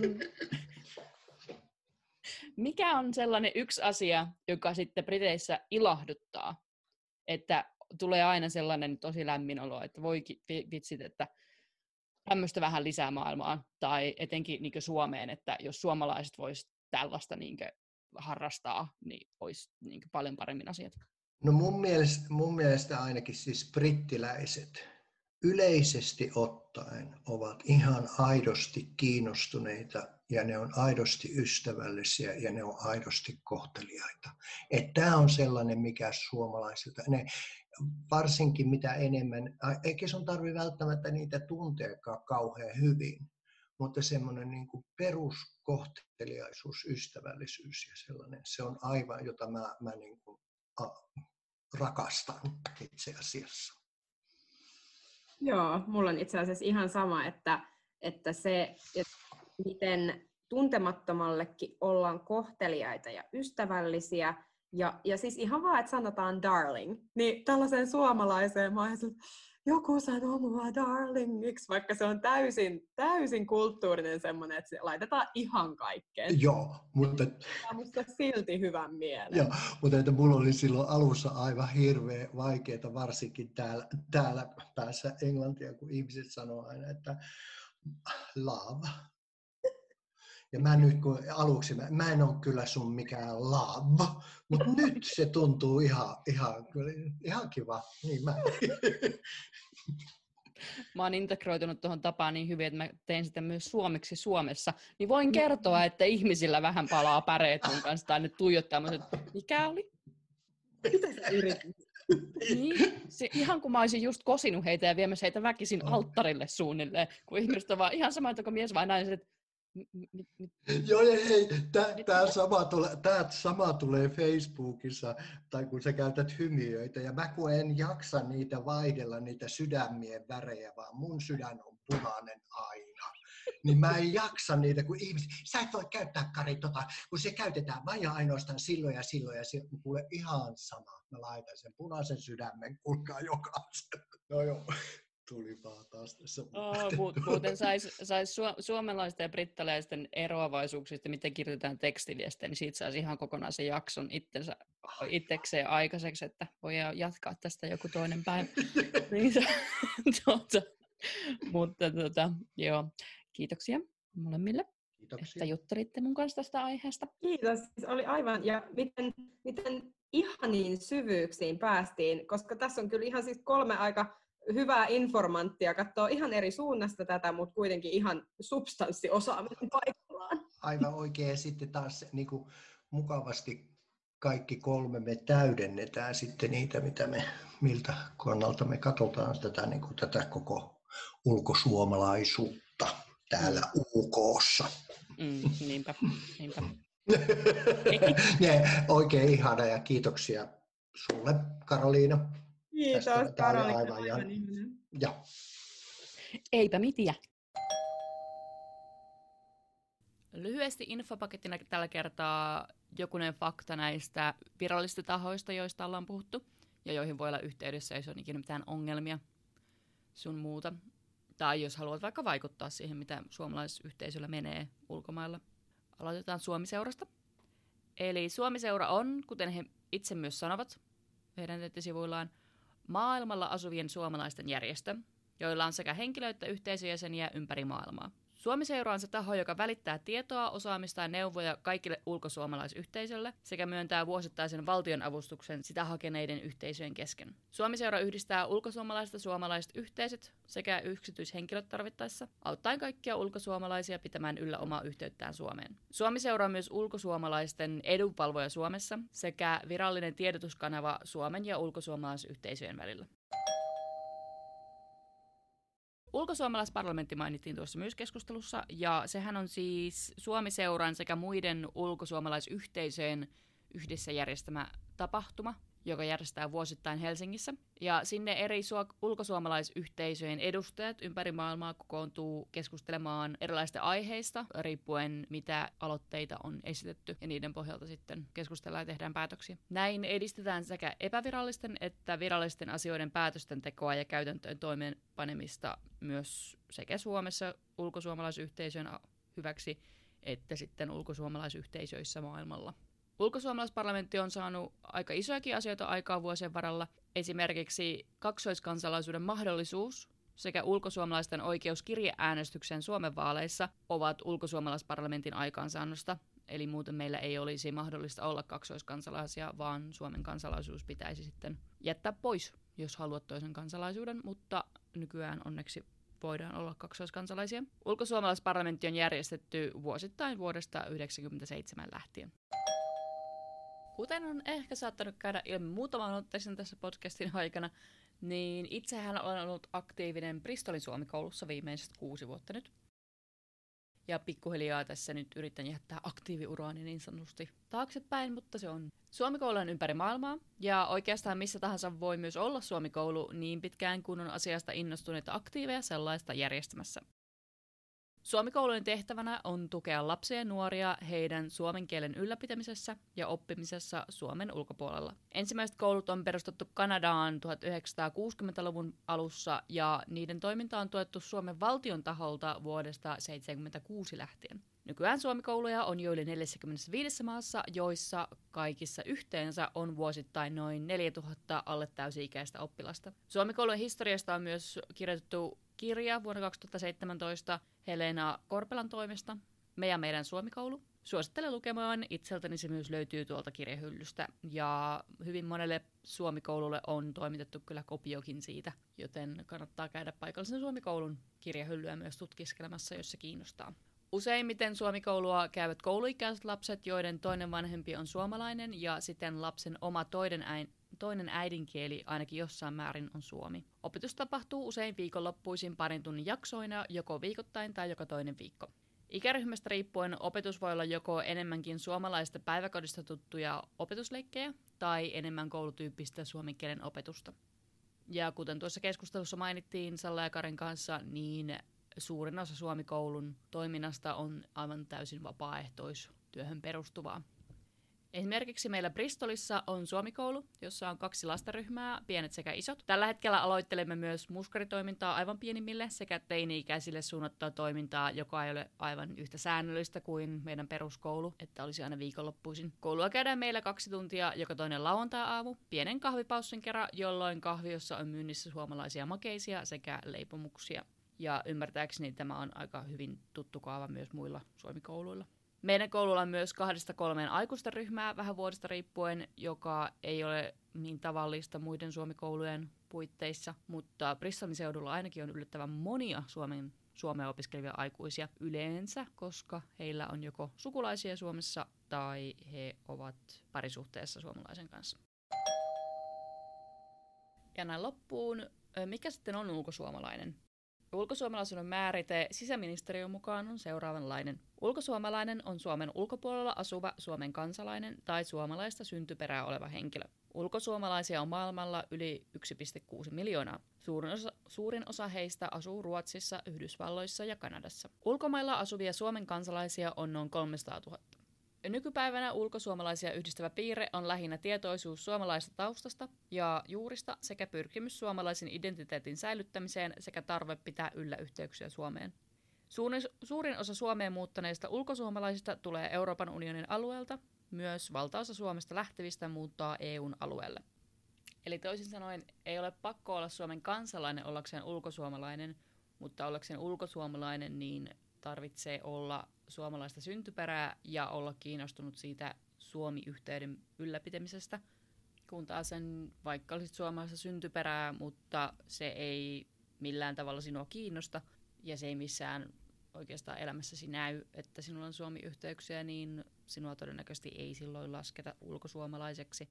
mikä on sellainen yksi asia, joka sitten Briteissä ilahduttaa, että tulee aina sellainen tosi lämmin olo, että voi vitsit, että tämmöistä vähän lisää maailmaan, tai etenkin niin Suomeen, että jos suomalaiset vois tällaista niin harrastaa, niin olisi niin paljon paremmin asiat. No mun mielestä, mun mielestä ainakin siis brittiläiset yleisesti ottaen ovat ihan aidosti kiinnostuneita ja ne on aidosti ystävällisiä ja ne on aidosti kohteliaita. Tämä on sellainen, mikä suomalaisilta, ne, varsinkin mitä enemmän, eikä sun tarvitse välttämättä niitä tunteakaan kauhean hyvin, mutta semmoinen niin kuin peruskohteliaisuus, ystävällisyys ja sellainen, se on aivan, jota mä, mä niin kuin, a, rakastan itse asiassa. Joo, mulla on itse asiassa ihan sama, että, että se, että miten tuntemattomallekin ollaan kohteliaita ja ystävällisiä, ja, ja siis ihan vaan, että sanotaan darling, niin tällaiseen suomalaiseen maahan, joku sanoo mua darlingiksi, vaikka se on täysin, täysin kulttuurinen semmoinen, että se laitetaan ihan kaikkeen. Joo, mutta... Tämä on musta silti hyvän mielen. Joo, mutta että mulla oli silloin alussa aivan hirveän vaikeaa, varsinkin täällä, täällä päässä englantia, kun ihmiset sanoo aina, että love. Ja mä nyt, kun aluksi, mä, mä en ole kyllä sun mikään love, mutta nyt se tuntuu ihan, ihan, ihan kiva. Niin mä. Mä oon integroitunut tuohon tapaan niin hyvin, että mä tein sitä myös suomeksi Suomessa. Niin voin kertoa, että ihmisillä vähän palaa päreet mun kanssa tai ne tuijottaa. Mä sanoin, että mikä oli? Mitä sä yritit? Niin, se, ihan kun mä olisin just kosinut heitä ja viemässä heitä väkisin alttarille suunnilleen, kun ihmiset on vaan ihan sama, että mies vai nainen, että M- m- Joo, ja hei, tämä sama, tule, sama tulee Facebookissa, tai kun sä käytät hymiöitä, ja mä kun en jaksa niitä vaihdella, niitä sydämien värejä, vaan mun sydän on punainen aina. Niin mä en jaksa niitä, kun ihmiset, sä et voi käyttää, Kari, tota, kun se käytetään vain ja ainoastaan silloin ja silloin, ja silloin, kuule ihan sama. Mä laitan sen punaisen sydämen, kuulkaa jokaisen. No joo. Tuli vaan taas tässä. Oh, muuten sais, sais su- suomalaisten ja brittalaisten eroavaisuuksista, miten kirjoitetaan tekstiviestejä, niin siitä saisi ihan kokonaisen jakson itsensä, itsekseen aikaiseksi, että voi jatkaa tästä joku toinen päivä. niin, tuota, mutta tuota, joo, kiitoksia molemmille, Kiitoksia. että juttelitte mun kanssa tästä aiheesta. Kiitos, siis oli aivan, ja miten, miten ihaniin syvyyksiin päästiin, koska tässä on kyllä ihan siis kolme aika hyvää informanttia, katsoo ihan eri suunnasta tätä, mutta kuitenkin ihan substanssiosaaminen paikallaan. Aivan oikein, ja sitten taas niin kuin mukavasti kaikki kolme me täydennetään sitten niitä, mitä me, miltä kannalta me katsotaan tätä, niin kuin tätä koko ulkosuomalaisuutta täällä U K:ssa. Mm, niinpä, niinpä. ja, oikein ihana ja kiitoksia sulle, Karoliina. Kiitos, Karoliina. Aivan, aivan ja. Eipä mitiä. Lyhyesti infopakettina tällä kertaa jokunen fakta näistä virallisista tahoista, joista ollaan puhuttu, ja joihin voi olla yhteydessä, jos on ikinä mitään ongelmia sun muuta. Tai jos haluat vaikka vaikuttaa siihen, mitä suomalaisyhteisöllä menee ulkomailla. Aloitetaan Suomi-seurasta. Eli Suomi-seura on, kuten he itse myös sanovat heidän nettisivuillaan, maailmalla asuvien suomalaisten järjestö, joilla on sekä henkilö- että yhteisöjäseniä ympäri maailmaa. Suomi-seura on se taho, joka välittää tietoa, osaamista ja neuvoja kaikille ulkosuomalaisyhteisölle sekä myöntää vuosittaisen valtionavustuksen sitä hakeneiden yhteisöjen kesken. Suomi-seura yhdistää ulkosuomalaiset ja suomalaiset yhteisöt sekä yksityishenkilöt tarvittaessa, auttaen kaikkia ulkosuomalaisia pitämään yllä omaa yhteyttään Suomeen. Suomi-seura on myös ulkosuomalaisten edunvalvoja Suomessa sekä virallinen tiedotuskanava Suomen ja ulkosuomalaisyhteisöjen välillä. Ulkosuomalaisparlamentti mainittiin tuossa myös keskustelussa, ja sehän on siis Suomi-seuran sekä muiden ulkosuomalaisyhteisöjen yhdessä järjestämä tapahtuma, joka järjestetään vuosittain Helsingissä. Ja sinne eri su- ulkosuomalaisyhteisöjen edustajat ympäri maailmaa kokoontuu keskustelemaan erilaisista aiheista, riippuen mitä aloitteita on esitetty, ja niiden pohjalta sitten keskustellaan ja tehdään päätöksiä. Näin edistetään sekä epävirallisten että virallisten asioiden päätösten tekoa ja käytäntöön toimeenpanemista myös sekä Suomessa ulkosuomalaisyhteisön hyväksi että sitten ulkosuomalaisyhteisöissä maailmalla. Ulkosuomalaisparlamentti on saanut aika isojakin asioita aikaa vuosien varrella, esimerkiksi kaksoiskansalaisuuden mahdollisuus sekä ulkosuomalaisten oikeus kirjeäänestykseen Suomen vaaleissa ovat ulkosuomalaisparlamentin aikaansaannosta, eli muuten meillä ei olisi mahdollista olla kaksoiskansalaisia, vaan Suomen kansalaisuus pitäisi sitten jättää pois, jos haluat toisen kansalaisuuden, mutta nykyään onneksi voidaan olla kaksoiskansalaisia. Ulkosuomalaisparlamentti on järjestetty vuosittain vuodesta yhdeksänkymmentäseitsemän lähtien. Kuten on ehkä saattanut käydä ilmi muutaman otteeseen tässä podcastin aikana, niin itsehän olen ollut aktiivinen Bristolin Suomikoulussa viimeiset kuusi vuotta nyt. Ja pikkuhiljaa tässä nyt yritän jättää aktiiviuraani niin sanotusti taaksepäin, mutta se on. Suomikoulu on ympäri maailmaa, ja oikeastaan missä tahansa voi myös olla Suomikoulu niin pitkään, kun on asiasta innostuneita aktiiveja sellaista järjestämässä. Suomikoulujen tehtävänä on tukea lapsia ja nuoria heidän suomen kielen ylläpitämisessä ja oppimisessa Suomen ulkopuolella. Ensimmäiset koulut on perustettu Kanadaan tuhatyhdeksänsataakuusikymmentäluvun alussa ja niiden toiminta on tuettu Suomen valtion taholta vuodesta tuhatyhdeksänsataaseitsemänkymmentäkuusi lähtien. Nykyään Suomikouluja on jo yli neljässäkymmenessäviidessä maassa, joissa kaikissa yhteensä on vuosittain noin neljätuhatta alle täysi-ikäistä oppilasta. Suomikoulujen historiasta on myös kirjoitettu kirja vuonna kaksituhattaseitsemäntoista Helena Korpelan toimesta, Me ja meidän Suomikoulu. Suosittelen lukemaan, itseltäni se myös löytyy tuolta kirjahyllystä ja hyvin monelle Suomikoululle on toimitettu kyllä kopiokin siitä, joten kannattaa käydä paikallisen Suomikoulun kirjahyllyä myös tutkiskelemassa, jos se kiinnostaa. Useimmiten Suomikoulua käyvät kouluikäiset lapset, joiden toinen vanhempi on suomalainen ja siten lapsen oma toinen, äin, toinen äidinkieli ainakin jossain määrin on suomi. Opetus tapahtuu usein viikonloppuisin parin tunnin jaksoina, joko viikoittain tai joka toinen viikko. Ikäryhmästä riippuen opetus voi olla joko enemmänkin suomalaista päiväkodista tuttuja opetusleikkejä tai enemmän koulutyyppistä suomen kielen opetusta. Ja kuten tuossa keskustelussa mainittiin Salla ja Karin kanssa, niin suurin osa Suomikoulun toiminnasta on aivan täysin vapaaehtoistyöhön perustuvaa. Esimerkiksi meillä Bristolissa on Suomikoulu, jossa on kaksi lastenryhmää, pienet sekä isot. Tällä hetkellä aloittelemme myös muskaritoimintaa aivan pienimmille sekä teini-ikäisille suunnattua toimintaa, joka ei ole aivan yhtä säännöllistä kuin meidän peruskoulu, että olisi aina viikonloppuisin. Koulua käydään meillä kaksi tuntia joka toinen lauantai-aamu, pienen kahvipaussin kerran, jolloin kahviossa on myynnissä suomalaisia makeisia sekä leipomuksia. Ja ymmärtääkseni tämä on aika hyvin tuttu kaava myös muilla Suomikouluilla. Meidän koululla on myös kahdesta kolmeen aikuisten ryhmää vähän vuodesta riippuen, joka ei ole niin tavallista muiden Suomikoulujen puitteissa, mutta Bristolin seudulla ainakin on yllättävän monia Suomen, Suomea opiskelevia aikuisia yleensä, koska heillä on joko sukulaisia Suomessa tai he ovat parisuhteessa suomalaisen kanssa. Ja näin loppuun, mikä sitten on ulkosuomalainen? Ulkosuomalaisuuden määrite sisäministeriön mukaan on seuraavanlainen. Ulkosuomalainen on Suomen ulkopuolella asuva Suomen kansalainen tai suomalaista syntyperää oleva henkilö. Ulkosuomalaisia on maailmalla yli yksi pilkku kuusi miljoonaa. Suurin osa, suurin osa heistä asuu Ruotsissa, Yhdysvalloissa ja Kanadassa. Ulkomailla asuvia Suomen kansalaisia on noin kolmesataatuhatta. Nykypäivänä ulkosuomalaisia yhdistävä piirre on lähinnä tietoisuus suomalaisesta taustasta ja juurista sekä pyrkimys suomalaisen identiteetin säilyttämiseen sekä tarve pitää yllä yhteyksiä Suomeen. Suurin, suurin osa Suomeen muuttaneista ulkosuomalaisista tulee Euroopan unionin alueelta, myös valtaosa Suomesta lähtevistä muuttaa E U:n alueelle. Eli toisin sanoen ei ole pakko olla Suomen kansalainen ollakseen ulkosuomalainen, mutta ollakseen ulkosuomalainen niin tarvitsee olla suomalaista syntyperää ja olla kiinnostunut siitä Suomi-yhteyden ylläpitämisestä, kun taas sen vaikka olisit suomalaista syntyperää, mutta se ei millään tavalla sinua kiinnosta ja se ei missään oikeastaan elämässäsi näy, että sinulla on Suomi-yhteyksiä, niin sinua todennäköisesti ei silloin lasketa ulkosuomalaiseksi.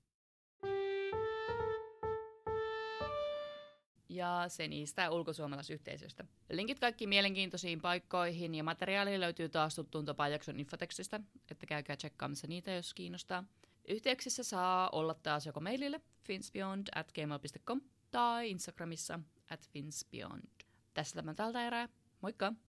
Ja se niistä ulkosuomalaisyhteisöistä. Linkit kaikkiin mielenkiintoisiin paikkoihin ja materiaaliin löytyy taas tuttuun tapaan jakson infotekstistä, että käykää tsekkaamassa niitä, jos kiinnostaa. Yhteyksissä saa olla taas joko mailille finsbeyond at gmail dot com tai Instagramissa at finsbeyond. Tässä tämä tältä erää. Moikka!